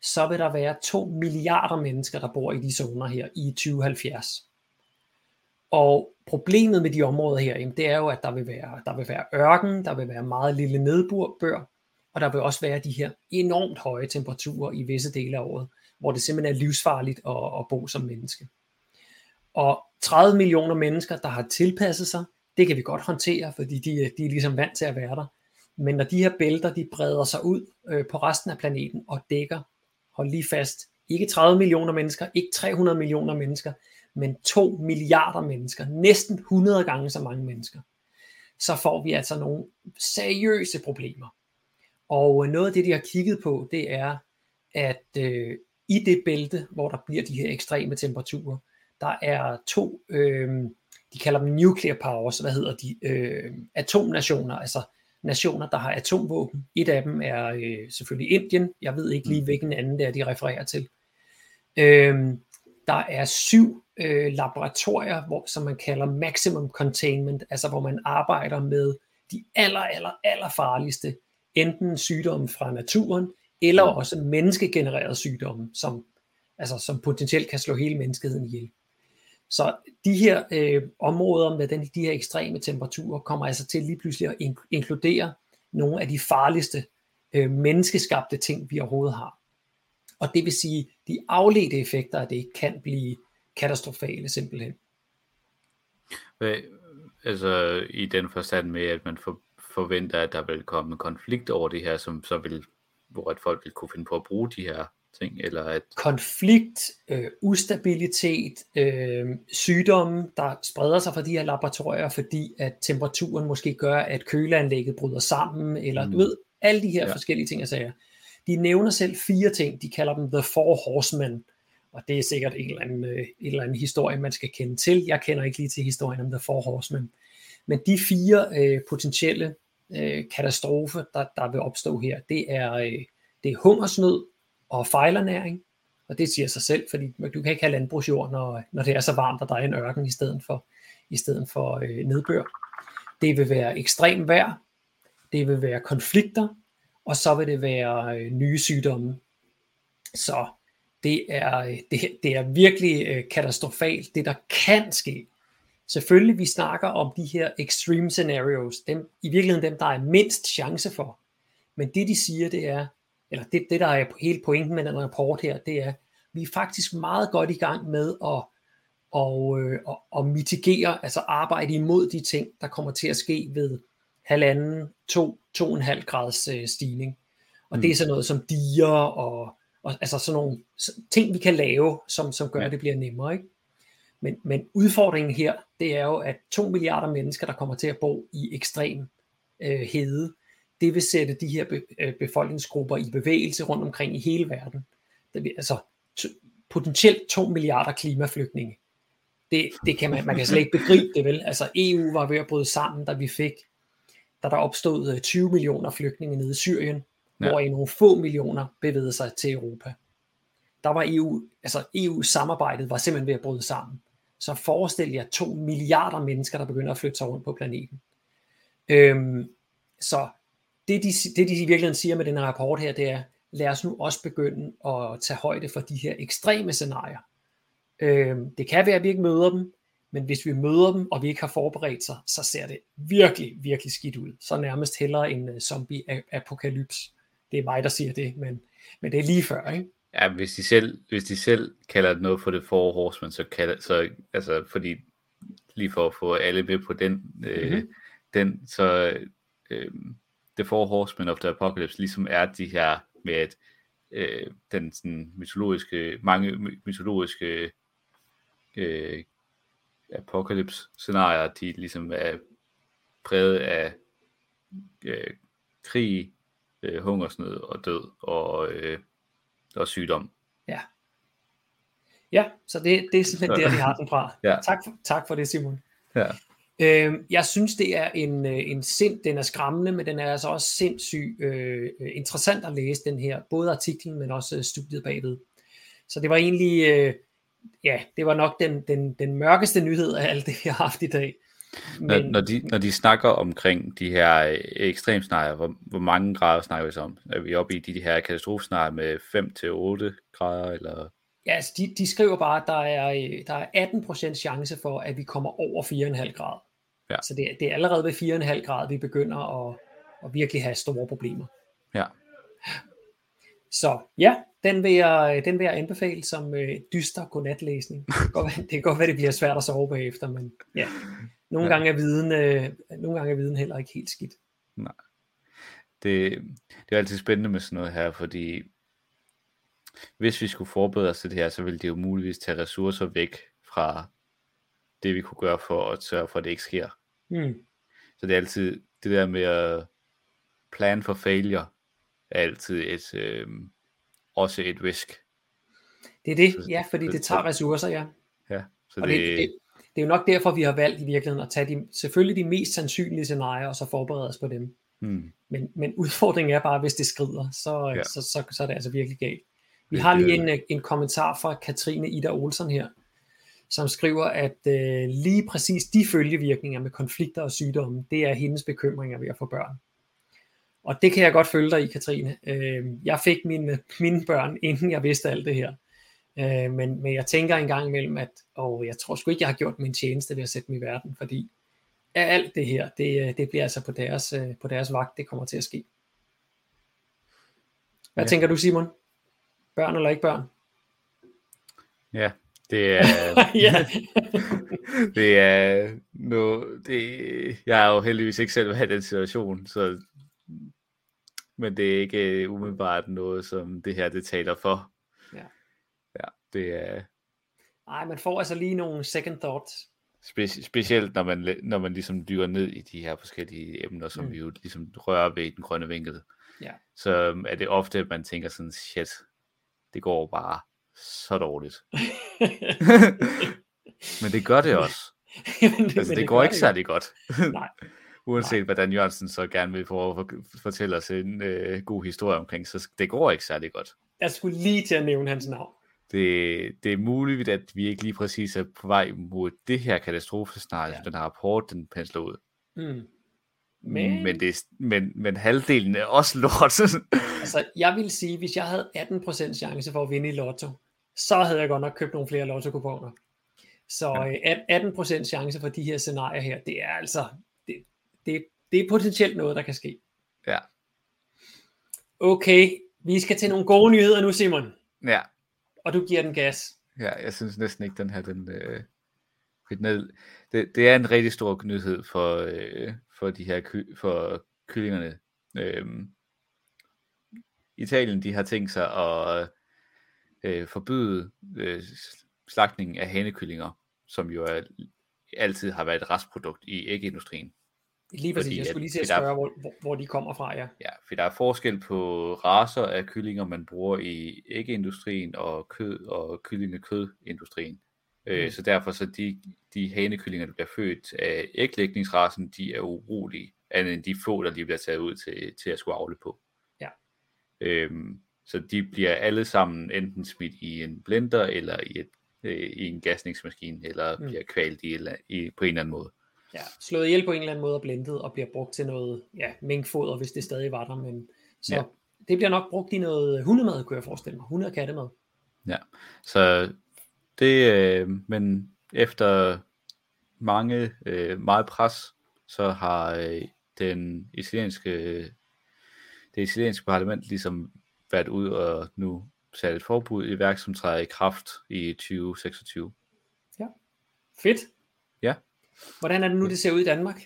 [SPEAKER 1] så vil der være to milliarder mennesker, der bor i de zoner her i tyve halvfjerds. Og problemet med de områder her, jamen, det er jo, at der vil være, der vil være ørken, der vil være meget lille nedbør, og der vil også være de her enormt høje temperaturer i visse dele af året, hvor det simpelthen er livsfarligt at, at bo som menneske. Og tredive millioner mennesker, der har tilpasset sig, det kan vi godt håndtere, fordi de, de er ligesom vant til at være der. Men når de her bælter, de breder sig ud øh, på resten af planeten og dækker, hold lige fast, ikke tredive millioner mennesker, ikke tre hundrede millioner mennesker, men to milliarder mennesker, næsten hundrede gange så mange mennesker, så får vi altså nogle seriøse problemer. Og noget af det, de har kigget på, det er, at øh, i det bælte, hvor der bliver de her ekstreme temperaturer, der er to, øh, de kalder dem nuclear powers, hvad hedder de, øh, atomnationer, altså nationer, der har atomvåben. Et af dem er øh, selvfølgelig Indien, jeg ved ikke lige, hvilken anden det er, de refererer til. Øh, der er syv øh, laboratorier, hvor, som man kalder maximum containment, altså hvor man arbejder med de aller, aller, aller farligste, enten sygdomme fra naturen, eller også menneskegenererede sygdomme, som, altså, som potentielt kan slå hele menneskeheden ihjel. Så de her øh, områder med den, de her ekstreme temperaturer kommer altså til lige pludselig at in- inkludere nogle af de farligste øh, menneskeskabte ting, vi overhovedet har. Og det vil sige, de afledte effekter af det kan blive katastrofale simpelthen.
[SPEAKER 2] Altså i den forstand med, at man for, forventer, at der vil komme konflikt over det her, som så vil, hvor at folk vil kunne finde på at bruge de her ting, eller at...
[SPEAKER 1] Konflikt, øh, ustabilitet, øh, sygdomme, der spreder sig fra de her laboratorier, fordi at temperaturen måske gør, at køleanlægget bryder sammen, eller mm. du ved, alle de her ja. forskellige ting, jeg siger. De nævner selv fire ting, de kalder dem The Four Horsemen, og det er sikkert en eller anden, en eller anden historie, man skal kende til. Jeg kender ikke lige til historien om The Four Horsemen. Men de fire øh, potentielle øh, katastrofer, der, der vil opstå her, det er, øh, det er hungersnød og fejlernæring, og det siger sig selv, fordi du kan ikke have landbrugsjord, når, når det er så varmt, og der er en ørken i stedet for, i stedet for øh, nedbør. Det vil være ekstrem vejr, det vil være konflikter, og så vil det være øh, nye sygdomme. Så det er, det, det er virkelig øh, katastrofalt, det der kan ske. Selvfølgelig, vi snakker om de her extreme scenarios, dem, i virkeligheden dem, der er mindst chance for. Men det, de siger, det er, eller det, det der er hele pointen med den rapport her, det er, vi er faktisk meget godt i gang med at, og, øh, at, at mitigere, altså arbejde imod de ting, der kommer til at ske ved halvanden, to, to og en halv grads øh, stigning. Og mm. det er sådan noget som diger og, og altså sådan nogle ting, vi kan lave, som, som gør, at det bliver nemmere, ikke? Men, men udfordringen her, det er jo, at to milliarder mennesker, der kommer til at bo i ekstrem øh, hede, det vil sætte de her be, øh, befolkningsgrupper i bevægelse rundt omkring i hele verden. Det vil, altså t- potentielt to milliarder klimaflygtninge. Det, det kan man, man kan slet ikke begribe det, vel? Altså E U var ved at bryde sammen, da vi fik, da der opstod tyve millioner flygtninge nede i Syrien, ja. hvor nogle få millioner bevægede sig til Europa. Der var E U, altså E U-samarbejdet var simpelthen ved at bryde sammen. Så forestil jer to milliarder mennesker, der begynder at flytte sig rundt på planeten. Øhm, så det de, det de i virkeligheden siger med den her rapport her, det er, lad os nu også begynde at tage højde for de her ekstreme scenarier. Øhm, det kan være, at vi ikke møder dem, men hvis vi møder dem, og vi ikke har forberedt sig, så ser det virkelig, virkelig skidt ud. Så nærmest hellere en zombie-apokalyps. Det er mig, der siger det, men, men det er lige før, ikke?
[SPEAKER 2] Ja, hvis de selv, hvis de selv kalder det noget for det Four Horsemen, så kalder så altså fordi lige for at få alle med på den, mm-hmm. øh, den så øh, The Four Horsemen of the Apocalypse ligesom er de her med at øh, den sådan mytologiske mange mytologiske øh, apocalypse scenarier, de ligesom er præget af øh, krig, øh, hungersnød og død og øh, og sygdom.
[SPEAKER 1] Ja. Ja, så det, det er simpelthen der, de har den fra.
[SPEAKER 2] Ja.
[SPEAKER 1] Tak, for, tak for det, Simon.
[SPEAKER 2] Ja.
[SPEAKER 1] Øhm, jeg synes, det er en, en sind, den er skræmmende, men den er altså også sindssygt øh, interessant at læse den her, både artiklen, men også studiet bagved. Så det var egentlig, øh, ja, det var nok den, den, den mørkeste nyhed af alt det, vi har haft i dag.
[SPEAKER 2] Men, når, når, de, når de snakker omkring de her ekstremscenarier, hvor, hvor mange grader snakker vi så om? Er vi oppe i de, de her katastrofescenarier med fem til otte grader? Eller?
[SPEAKER 1] Ja, altså de, de skriver bare, at der er, der er atten procent chance for, at vi kommer over fire komma fem grader. Ja. Så det, det er allerede ved fire komma fem grader, vi begynder at, at virkelig have store problemer.
[SPEAKER 2] Ja. Så
[SPEAKER 1] ja, den vil jeg, den vil jeg anbefale som øh, dyster godnatlæsning. Det kan, godt, det kan godt være, det bliver svært at sove bagefter, men ja, nogle, ja. Gange, er viden, øh, nogle gange er viden heller ikke helt skidt.
[SPEAKER 2] Nej. Det, det er altid spændende med sådan noget her, fordi hvis vi skulle forberede os til det her, så ville det jo muligvis tage ressourcer væk fra det, vi kunne gøre for at sørge for, at det ikke sker.
[SPEAKER 1] Mm.
[SPEAKER 2] Så det er altid det der med at plan for failure, er altid et, øh, også et risk.
[SPEAKER 1] Det er det, ja, fordi det tager ressourcer, ja.
[SPEAKER 2] Ja, så
[SPEAKER 1] og
[SPEAKER 2] det...
[SPEAKER 1] Det, det, det er jo nok derfor, vi har valgt i virkeligheden at tage de, selvfølgelig de mest sandsynlige scenarier, og så forberede os på dem.
[SPEAKER 2] Hmm.
[SPEAKER 1] Men, men udfordringen er bare, hvis det skrider, så,
[SPEAKER 2] ja.
[SPEAKER 1] så, så, så er det altså virkelig galt. Vi har lige en, en kommentar fra Katrine Ida Olsen her, som skriver, at øh, lige præcis de følgevirkninger med konflikter og sygdomme, det er hendes bekymringer ved at få børn. Og det kan jeg godt følge dig i, Katrine. Øh, jeg fik mine, mine børn, inden jeg vidste alt det her. Øh, men, men jeg tænker en gang imellem, at åh, jeg tror sgu ikke, jeg har gjort min tjeneste ved at sætte dem i verden, fordi alt det her, det, det bliver altså på deres, på deres vagt, det kommer til at ske. Hvad ja. tænker du, Simon? Børn eller ikke børn?
[SPEAKER 2] Ja, det er...
[SPEAKER 1] ja.
[SPEAKER 2] det er... No, det, jeg er jo heldigvis ikke selv været i den situation, så... Men det er ikke umiddelbart noget, som det her, det taler for.
[SPEAKER 1] Ja.
[SPEAKER 2] Ja, det er...
[SPEAKER 1] Nej, man får altså lige nogle second thoughts.
[SPEAKER 2] Spe- specielt når man, når man ligesom dykker ned i de her forskellige emner, som mm. vi jo ligesom rører ved i den grønne vinkel.
[SPEAKER 1] Ja.
[SPEAKER 2] Så er det ofte, at man tænker sådan, shit, det går bare så dårligt. Men det gør det også.
[SPEAKER 1] Jamen, det,
[SPEAKER 2] altså, det,
[SPEAKER 1] det
[SPEAKER 2] går ikke
[SPEAKER 1] det
[SPEAKER 2] særlig godt.
[SPEAKER 1] Nej.
[SPEAKER 2] Uanset
[SPEAKER 1] Nej.
[SPEAKER 2] hvad Dan Jørgensen så gerne vil prøve at fortælle os en øh, god historie omkring, så det går ikke særlig godt.
[SPEAKER 1] Jeg skulle lige til at nævne hans navn.
[SPEAKER 2] Det, det er muligt, at vi ikke lige præcis er på vej mod det her katastrofescenarie, ja. Den her rapport, den pensler ud.
[SPEAKER 1] Mm. Men...
[SPEAKER 2] Men, det, men, men halvdelen er også lort.
[SPEAKER 1] Altså, jeg vil sige, hvis jeg havde atten procent chance for at vinde i lotto, så havde jeg godt nok købt nogle flere lotto-kuponer. Så ja. atten procent chance for de her scenarier her, det er altså, det, det, det er potentielt noget, der kan ske.
[SPEAKER 2] Ja.
[SPEAKER 1] Okay, vi skal til nogle gode nyheder nu, Simon.
[SPEAKER 2] Ja.
[SPEAKER 1] Og du giver den gas.
[SPEAKER 2] Ja, jeg synes næsten ikke, den her, den, øh, det, det er en rigtig stor nyhed for, øh, for de her ky, for kyllingerne. Øhm, Italien, de har tænkt sig at øh, forbyde øh, slagtningen af hanekyllinger, som jo er, altid har været et restprodukt i ægindustrien.
[SPEAKER 1] Lige præcis, jeg skulle lige til at spørge, hvor, hvor, hvor de kommer fra, ja.
[SPEAKER 2] Ja, for der er forskel på racer af kyllinger, man bruger i æggeindustrien og kød og kyllingekødindustrien. Mm. Øh, så derfor så de, de hanekyllinger, der bliver født af æglægningsracen, de er urolige, andet end de få, der lige bliver taget ud til, til at skulle avle på.
[SPEAKER 1] Ja.
[SPEAKER 2] Øhm, så de bliver alle sammen enten smidt i en blender, eller i, et, øh, i en gasningsmaskine, eller mm. bliver kvalt i, i, på en eller anden måde.
[SPEAKER 1] Ja, slået ihjel på en eller anden måde og blendet, og bliver brugt til noget ja, minkfoder, hvis det stadig var der, men så ja. Det bliver nok brugt i noget hundemad, kunne jeg forestille mig, hunde- og kattemad.
[SPEAKER 2] Ja, så det, øh, men efter mange, øh, meget pres, så har øh, den italienske, det italienske parlament ligesom været ud og nu sat et forbud i værk, som træder i kraft i tyve seksogtyve.
[SPEAKER 1] Ja, fedt.
[SPEAKER 2] Ja.
[SPEAKER 1] Hvordan er det nu, det ser ud i Danmark?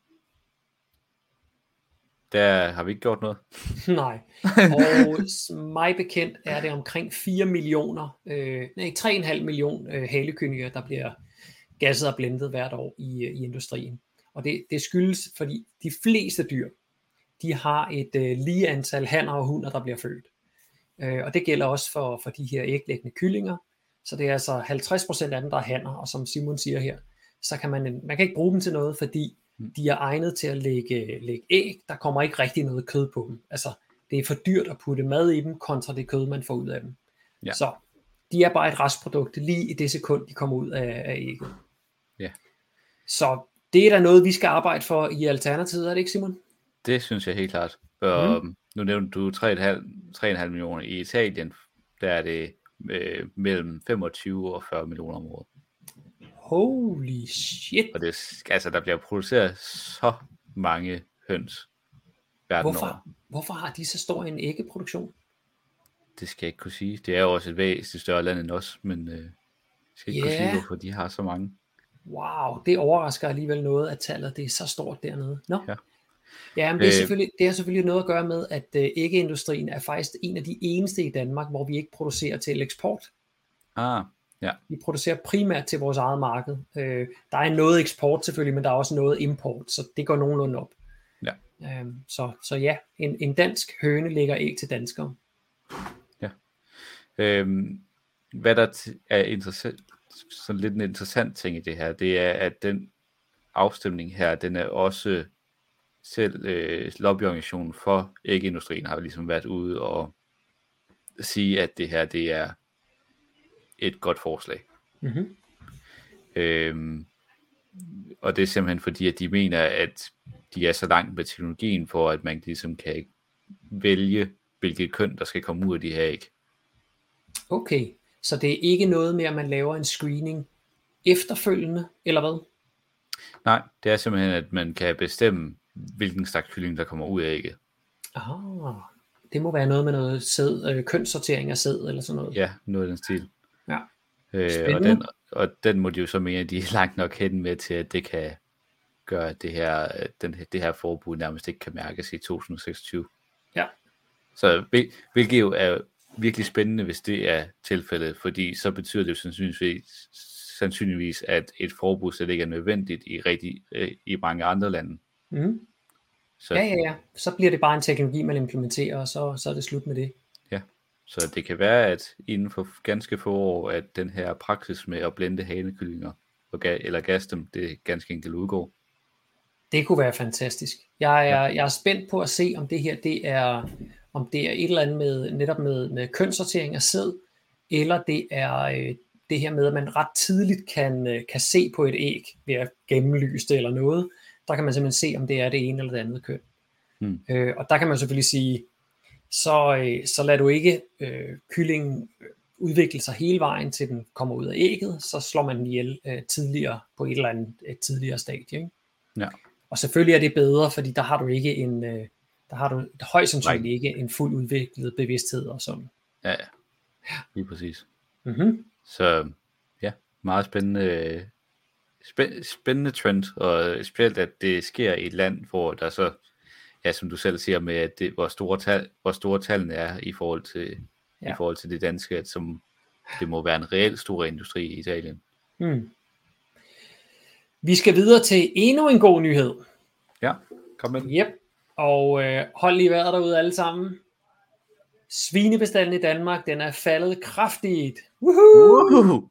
[SPEAKER 2] Der har vi ikke gjort noget.
[SPEAKER 1] Nej, og mig bekendt er det omkring fire millioner, øh, nej, tre komma fem millioner øh, halekyllinger, der bliver gasset og blendet hvert år i, i industrien. Og det, det skyldes, fordi de fleste dyr, de har et øh, lige antal hanner og hunder, der bliver født. Øh, og det gælder også for, for de her æglæggende kyllinger. Så det er altså halvtreds procent af dem, der er hanner, og som Simon siger her, så kan man, man kan ikke bruge dem til noget, fordi de er egnet til at lægge, lægge æg. Der kommer ikke rigtig noget kød på dem. Altså, det er for dyrt at putte mad i dem, kontra det kød, man får ud af dem.
[SPEAKER 2] Ja.
[SPEAKER 1] Så de er bare et restprodukt lige i det sekund, de kommer ud af, af ægget.
[SPEAKER 2] Ja.
[SPEAKER 1] Så Det er da noget, vi skal arbejde for i Alternativet, er det ikke, Simon?
[SPEAKER 2] Det synes jeg helt klart. Og mm. Nu nævnte du tre komma fem millioner i Italien. Der er det øh, mellem femogtyve og fyrre millioner om året.
[SPEAKER 1] Holy shit.
[SPEAKER 2] Og det, altså, der bliver produceret så mange høns verden
[SPEAKER 1] hvorfor,
[SPEAKER 2] over.
[SPEAKER 1] Hvorfor har de så stor en æggeproduktion?
[SPEAKER 2] Det skal jeg ikke kunne sige. Det er jo også et væsentligt større land end os, men øh, jeg skal ikke yeah. kunne sige, hvorfor de har så mange.
[SPEAKER 1] Wow, det overrasker alligevel noget, at tallet det er så stort dernede. Nå.
[SPEAKER 2] Ja.
[SPEAKER 1] Ja, men det, er selvfølgelig, det har selvfølgelig noget at gøre med, at øh, æggeindustrien er faktisk en af de eneste i Danmark, hvor vi ikke producerer til eksport.
[SPEAKER 2] Ah, ja.
[SPEAKER 1] Vi producerer primært til vores eget marked. Øh, der er noget eksport selvfølgelig, men der er også noget import, så det går nogenlunde op.
[SPEAKER 2] Ja.
[SPEAKER 1] Øh, så, så ja, en, en dansk høne lægger æg til danskere.
[SPEAKER 2] Ja. Øhm, hvad der t- er interessant, sådan lidt en interessant ting i det her, det er, at den afstemning her, den er også selv øh, lobbyorganisationen for ægindustrien har ligesom været ude og sige, at det her, det er et godt forslag.
[SPEAKER 1] Mm-hmm.
[SPEAKER 2] Øhm, og det er simpelthen fordi, at de mener, at de er så langt med teknologien for, at man ligesom kan vælge, hvilket køn, der skal komme ud af de her æg.
[SPEAKER 1] Okay, så det er ikke noget med, at man laver en screening efterfølgende, eller hvad?
[SPEAKER 2] Nej, det er simpelthen, at man kan bestemme, hvilken slags kylling, der kommer ud af ægget.
[SPEAKER 1] Ah, det må være noget med noget sæd, øh, kønssortering af sæd, eller sådan noget.
[SPEAKER 2] Ja, noget af den stil.
[SPEAKER 1] Ja.
[SPEAKER 2] Øh, og, den, og den må de jo så mene, at de er langt nok hen med til, at det kan gøre, at det her, den, det her forbud nærmest ikke kan mærkes i to tusind seksogtyve.
[SPEAKER 1] Ja.
[SPEAKER 2] Så hvilket jo er virkelig spændende, hvis det er tilfældet, fordi så betyder det jo sandsynligvis, sandsynligvis at et forbud slet ikke er nødvendigt i, rigtig, øh, i mange andre lande.
[SPEAKER 1] Mm.
[SPEAKER 2] Så,
[SPEAKER 1] ja, ja, ja. Så bliver det bare en teknologi, man implementerer, og så, så er det slut med det.
[SPEAKER 2] Ja, så det kan være, at inden for ganske få år, at den her praksis med at blende hanekyllinger og ga- eller gas dem, det ganske enkelt udgår.
[SPEAKER 1] Det kunne være fantastisk. Jeg er, jeg er spændt på at se, om det her det er, om det er et eller andet med netop med, med kønssortering af sæd, eller det er øh, det her med, at man ret tidligt kan, øh, kan se på et æg ved at gennemlyse det eller noget. Der kan man simpelthen se, om det er det ene eller det andet køn.
[SPEAKER 2] Hmm.
[SPEAKER 1] Øh, og der kan man selvfølgelig sige, så, øh, så lad du ikke øh, kyllingen udvikle sig hele vejen, til den kommer ud af ægget, så slår man den ihjel øh, tidligere på et eller andet et tidligere stadie. Ikke?
[SPEAKER 2] Ja.
[SPEAKER 1] Og selvfølgelig er det bedre, fordi der har du ikke en, øh, der har du højst sandsynligt ikke en fuldt udviklet bevidsthed og sådan.
[SPEAKER 2] Ja, ja. Lige præcis.
[SPEAKER 1] Mm-hmm.
[SPEAKER 2] Så ja, meget spændende, spæ- spændende trend, og specielt at det sker i et land, hvor der så, ja, som du selv siger med, at det, hvor store tal, hvor store tallene er i forhold til, ja. i forhold til det danske, at som det må være en reelt stor industri i Italien.
[SPEAKER 1] Mm. Vi skal videre til endnu en god nyhed.
[SPEAKER 2] Ja, kom med.
[SPEAKER 1] Yep. Og øh, hold lige vejret derude alle sammen. Svinebestanden i Danmark, den er faldet kraftigt. Woohoo!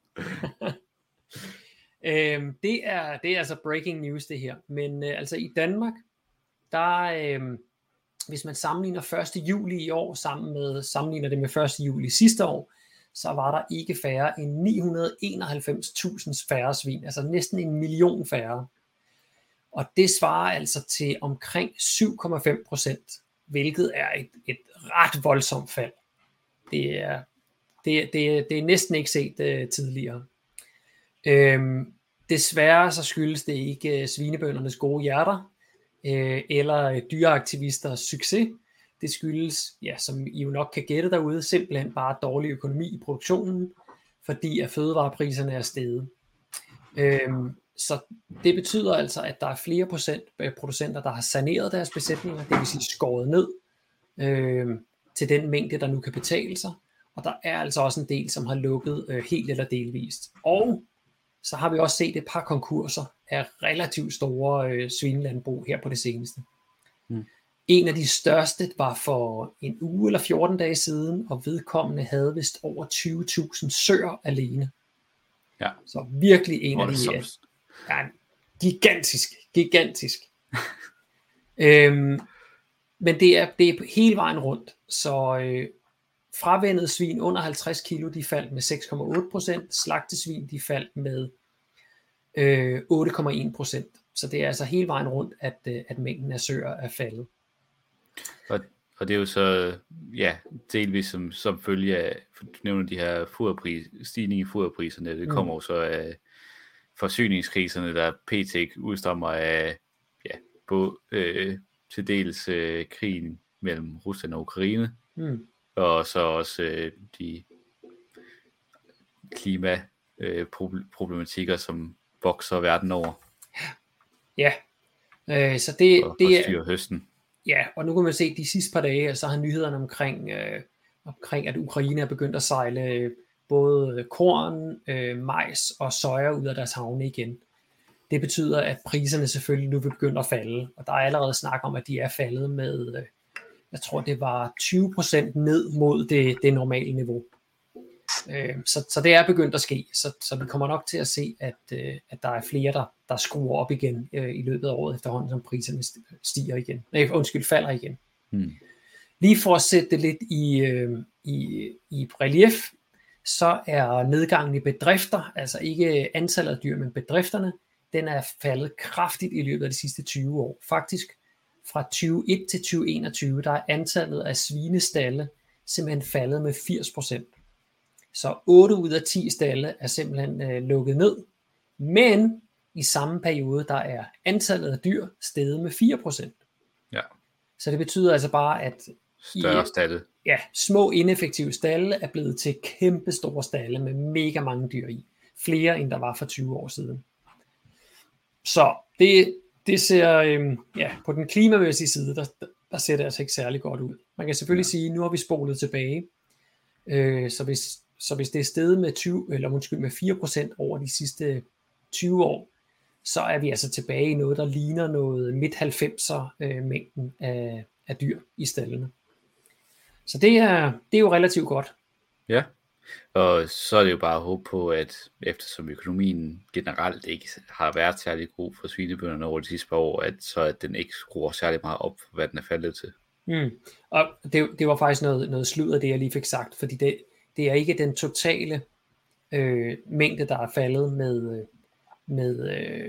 [SPEAKER 1] øhm, det, er, det er altså breaking news det her. Men øh, altså i Danmark, der øh, hvis man sammenligner første juli i år sammen med, sammenligner det med første juli sidste år, så var der ikke færre end ni hundrede og enoghalvfems tusind færre svin, altså næsten en million færre. Og det svarer altså til omkring syv komma fem procent, hvilket er et, et ret voldsomt fald. Det er, det, det, det er næsten ikke set uh, tidligere. Øhm, desværre så skyldes det ikke uh, svinebøndernes gode hjerter, uh, eller uh, dyreaktivisters succes. Det skyldes, ja, som I jo nok kan gætte derude, simpelthen bare dårlig økonomi i produktionen, fordi at fødevarepriserne er steget. Øhm, så det betyder altså, at der er flere procent, producenter, der har saneret deres besætninger, det vil sige skåret ned øh, til den mængde, der nu kan betale sig. Og der er altså også en del, som har lukket øh, helt eller delvist. Og så har vi også set et par konkurser af relativt store øh, svinelandbrug her på det seneste. Mm. En af de største var for en uge eller fjorten dage siden, og vedkommende havde vist over tyve tusind søer alene.
[SPEAKER 2] Ja.
[SPEAKER 1] Så virkelig en af de her. Ja, gigantisk, gigantisk. øhm, men det er, det er hele vejen rundt. Så øh, fravændet svin under halvtreds kilo, de faldt med seks komma otte procent. Slagtesvin, de faldt med øh, otte komma en procent. så det er altså hele vejen rundt, at, at mængden af søer er faldet.
[SPEAKER 2] Og, og det er jo så, ja, delvis som, som følge af, du nævner de her foderpris, stigning i foderpriserne, det kommer mm. jo så af forsyningskriserne, der pt. Udstammer af, ja, både øh, til dels øh, krigen mellem Rusland og Ukraine, mm. og så også øh, de klimaproblematikker, øh, som vokser verden over.
[SPEAKER 1] Ja, øh, så det,
[SPEAKER 2] og,
[SPEAKER 1] det
[SPEAKER 2] og styrer høsten.
[SPEAKER 1] Ja, og nu kan man se de sidste par dage, så har nyhederne omkring, øh, omkring at Ukraine er begyndt at sejle både korn, øh, majs og soja ud af deres havne igen. Det betyder, at priserne selvfølgelig nu vil begynde at falde, og der er allerede snak om, at de er faldet med, øh, jeg tror det var tyve procent ned mod det, det normale niveau. Øh, så, så det er begyndt at ske, så, så vi kommer nok til at se, at, øh, at der er flere, der, der skruer op igen øh, i løbet af året efterhånden, som priserne stiger igen. Nej, undskyld, falder igen. Hmm. Lige for at sætte det lidt i, øh, i, i relief, så er nedgangen i bedrifter, altså ikke antallet af dyr, men bedrifterne, den er faldet kraftigt i løbet af de sidste tyve år. Faktisk fra tyve et til tyve enogtyve, der er antallet af svinestalle simpelthen faldet med firs procent. Så otte ud af ti stalle er simpelthen øh, lukket ned, men i samme periode, der er antallet af dyr steget med fire procent.
[SPEAKER 2] Ja.
[SPEAKER 1] Så det betyder altså bare, at
[SPEAKER 2] større stalle.
[SPEAKER 1] Ja, små ineffektive stalle er blevet til kæmpe store stalle med mega mange dyr i. Flere end der var for tyve år siden. Så det, det ser, øh, ja, på den klimamæssige side, der, der ser det altså ikke særlig godt ud. Man kan selvfølgelig ja. sige, nu har vi spolet tilbage, øh, så hvis Så hvis det er steget med tyve eller undskyld med fire procent over de sidste tyve år, så er vi altså tilbage i noget, der ligner noget midt halvfemser øh, mængden af, af dyr i stallene. Så det er, det er jo relativt godt.
[SPEAKER 2] Ja, og så er det jo bare at håbe på, at eftersom økonomien generelt ikke har været særlig god for svinebønderne over de sidste par år, at så at den ikke skruer særlig meget op for, hvad den er faldet til.
[SPEAKER 1] Mm. Og det, det var faktisk noget, noget slud af det, jeg lige fik sagt, fordi det Det er ikke den totale øh, mængde, der er faldet med, med, øh,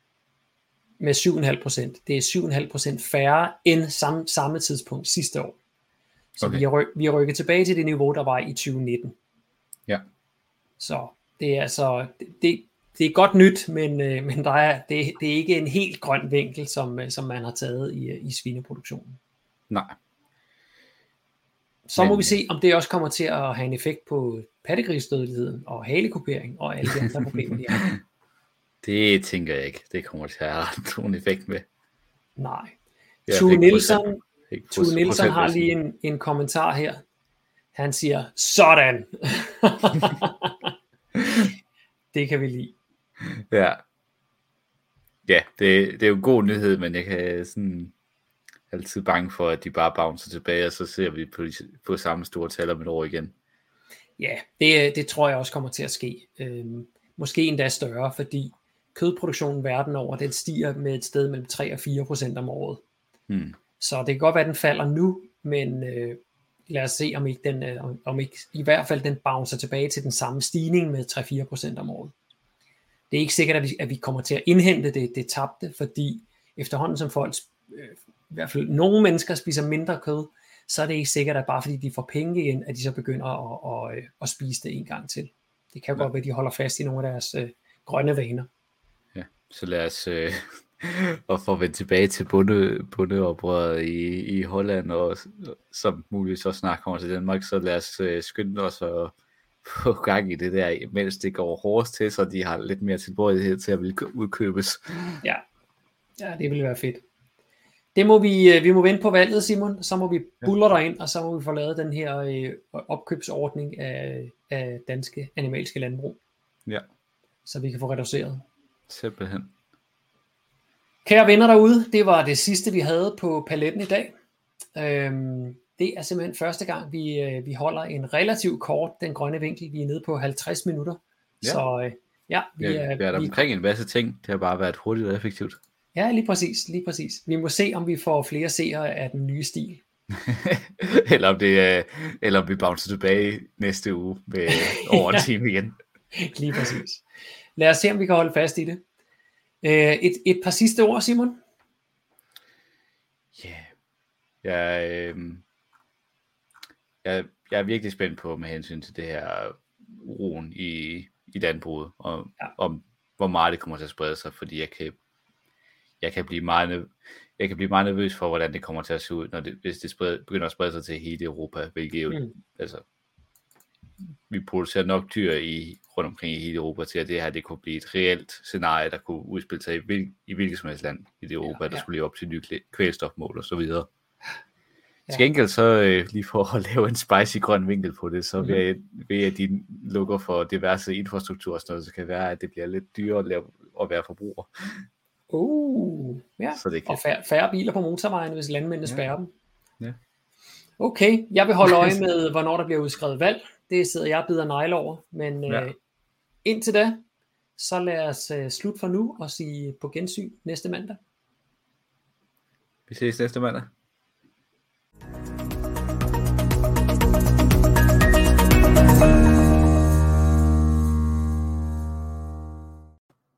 [SPEAKER 1] med syv komma fem procent. Det er syv komma fem procent færre end samme, samme tidspunkt sidste år. Så okay. vi, har ryk, vi har rykket tilbage til det niveau, der var i tyve nitten.
[SPEAKER 2] Ja.
[SPEAKER 1] Så det er altså det, det er godt nyt, men, øh, men der er, det, det er ikke en helt grøn vinkel, som, som man har taget i, i svineproduktionen.
[SPEAKER 2] Nej.
[SPEAKER 1] Så må men, vi se, om det også kommer til at have en effekt på pattegrisdødeligheden og halekupering og alle de andre problemer, de har.
[SPEAKER 2] Det tænker jeg ikke. Det kommer til at have nogen effekt med.
[SPEAKER 1] Nej. Tue Nielsen, Tue Nielsen har lige en, en kommentar her. Han siger, sådan! Det kan vi lide.
[SPEAKER 2] Ja. Ja, det, det er jo en god nyhed, men jeg kan sådan... altid bange for, at de bare bouncer tilbage, og så ser vi på, på samme store tal om et år igen.
[SPEAKER 1] Ja, det, det tror jeg også kommer til at ske. Øhm, måske endda større, fordi kødproduktionen verden over, den stiger med et sted mellem tre og fire procent om året. Hmm. Så det kan godt være, at den falder nu, men øh, lad os se, om ikke, den, øh, om, om ikke i hvert fald den bouncer tilbage til den samme stigning med tre til fire procent om året. Det er ikke sikkert, at vi, at vi kommer til at indhente det, det tabte, fordi efterhånden som folk øh, i hvert fald nogle mennesker spiser mindre kød, så er det ikke sikkert, at bare fordi de får penge igen, at de så begynder at, at, at, at spise det en gang til. Det kan jo ja. godt være, at de holder fast i nogle af deres øh, grønne vaner.
[SPEAKER 2] Ja, så lad os øh, og for at vende tilbage til bunde, bundeoprøret i, i Holland, og som muligt så snart kommer til Danmark, så lad os øh, skynde os og få gang i det der, mens det går hårdest til, så de har lidt mere tilbøjelighed til at ville udkøbes.
[SPEAKER 1] Ja, ja, det ville være fedt. Det må vi, vi må vente på valget, Simon, så må vi buller dig ind, og så må vi få lavet den her øh, opkøbsordning af, af danske animalske landbrug.
[SPEAKER 2] Ja.
[SPEAKER 1] Så vi kan få reduceret.
[SPEAKER 2] Simpelthen.
[SPEAKER 1] Kære venner derude, det var det sidste, vi havde på paletten i dag. Øhm, det er simpelthen første gang, vi, øh, vi holder en relativt kort, den grønne vinkel. Vi er nede på halvtreds minutter.
[SPEAKER 2] Ja.
[SPEAKER 1] Så øh, ja, vi
[SPEAKER 2] er,
[SPEAKER 1] er,
[SPEAKER 2] vi er der
[SPEAKER 1] vi,
[SPEAKER 2] omkring en masse ting. Det har bare været hurtigt og effektivt.
[SPEAKER 1] Ja, lige præcis, lige præcis. Vi må se, om vi får flere seere af den nye stil.
[SPEAKER 2] eller, om det er, eller om vi bouncer tilbage næste uge med over en
[SPEAKER 1] ja.
[SPEAKER 2] time igen.
[SPEAKER 1] Lige præcis. Lad os se, om vi kan holde fast i det. Øh, et, et par sidste ord, Simon?
[SPEAKER 2] Ja, yeah. jeg, øh, jeg, jeg er virkelig spændt på med hensyn til det her uroen i, i landbruget, og
[SPEAKER 1] Ja.
[SPEAKER 2] om hvor meget det kommer til at sprede sig, fordi jeg kan, jeg kan blive meget nerv- jeg kan blive meget nervøs for, hvordan det kommer til at se ud, når det, hvis det spreder, begynder at sprede sig til hele Europa, hvilket jo, mm. altså, vi producerer nok dyr i, rundt omkring i hele Europa til, at det her det kunne blive et reelt scenarie, der kunne udspille sig i, hvil, i hvilket som helst land i det Europa, ja, ja. Der skulle leve op til nye kvælstofmål og så videre. Ja. Til gengæld så øh, lige for at lave en spicy grøn vinkel på det, så mm-hmm. vil, jeg, vil jeg de lukker for diverse infrastruktur og sådan noget, så kan det være, at det bliver lidt dyrere at, lave, at være forbruger.
[SPEAKER 1] Uh, ja, så det kan... og færre, færre biler på motorvejen, hvis landmændene ja. spærrer dem. Ja. Okay, jeg vil holde øje med, hvornår der bliver udskrevet valg. Det sidder jeg og bider negle over, men ja. øh, indtil da, så lad os øh, slutte for nu og sige på gensyn næste mandag.
[SPEAKER 2] Vi ses næste mandag.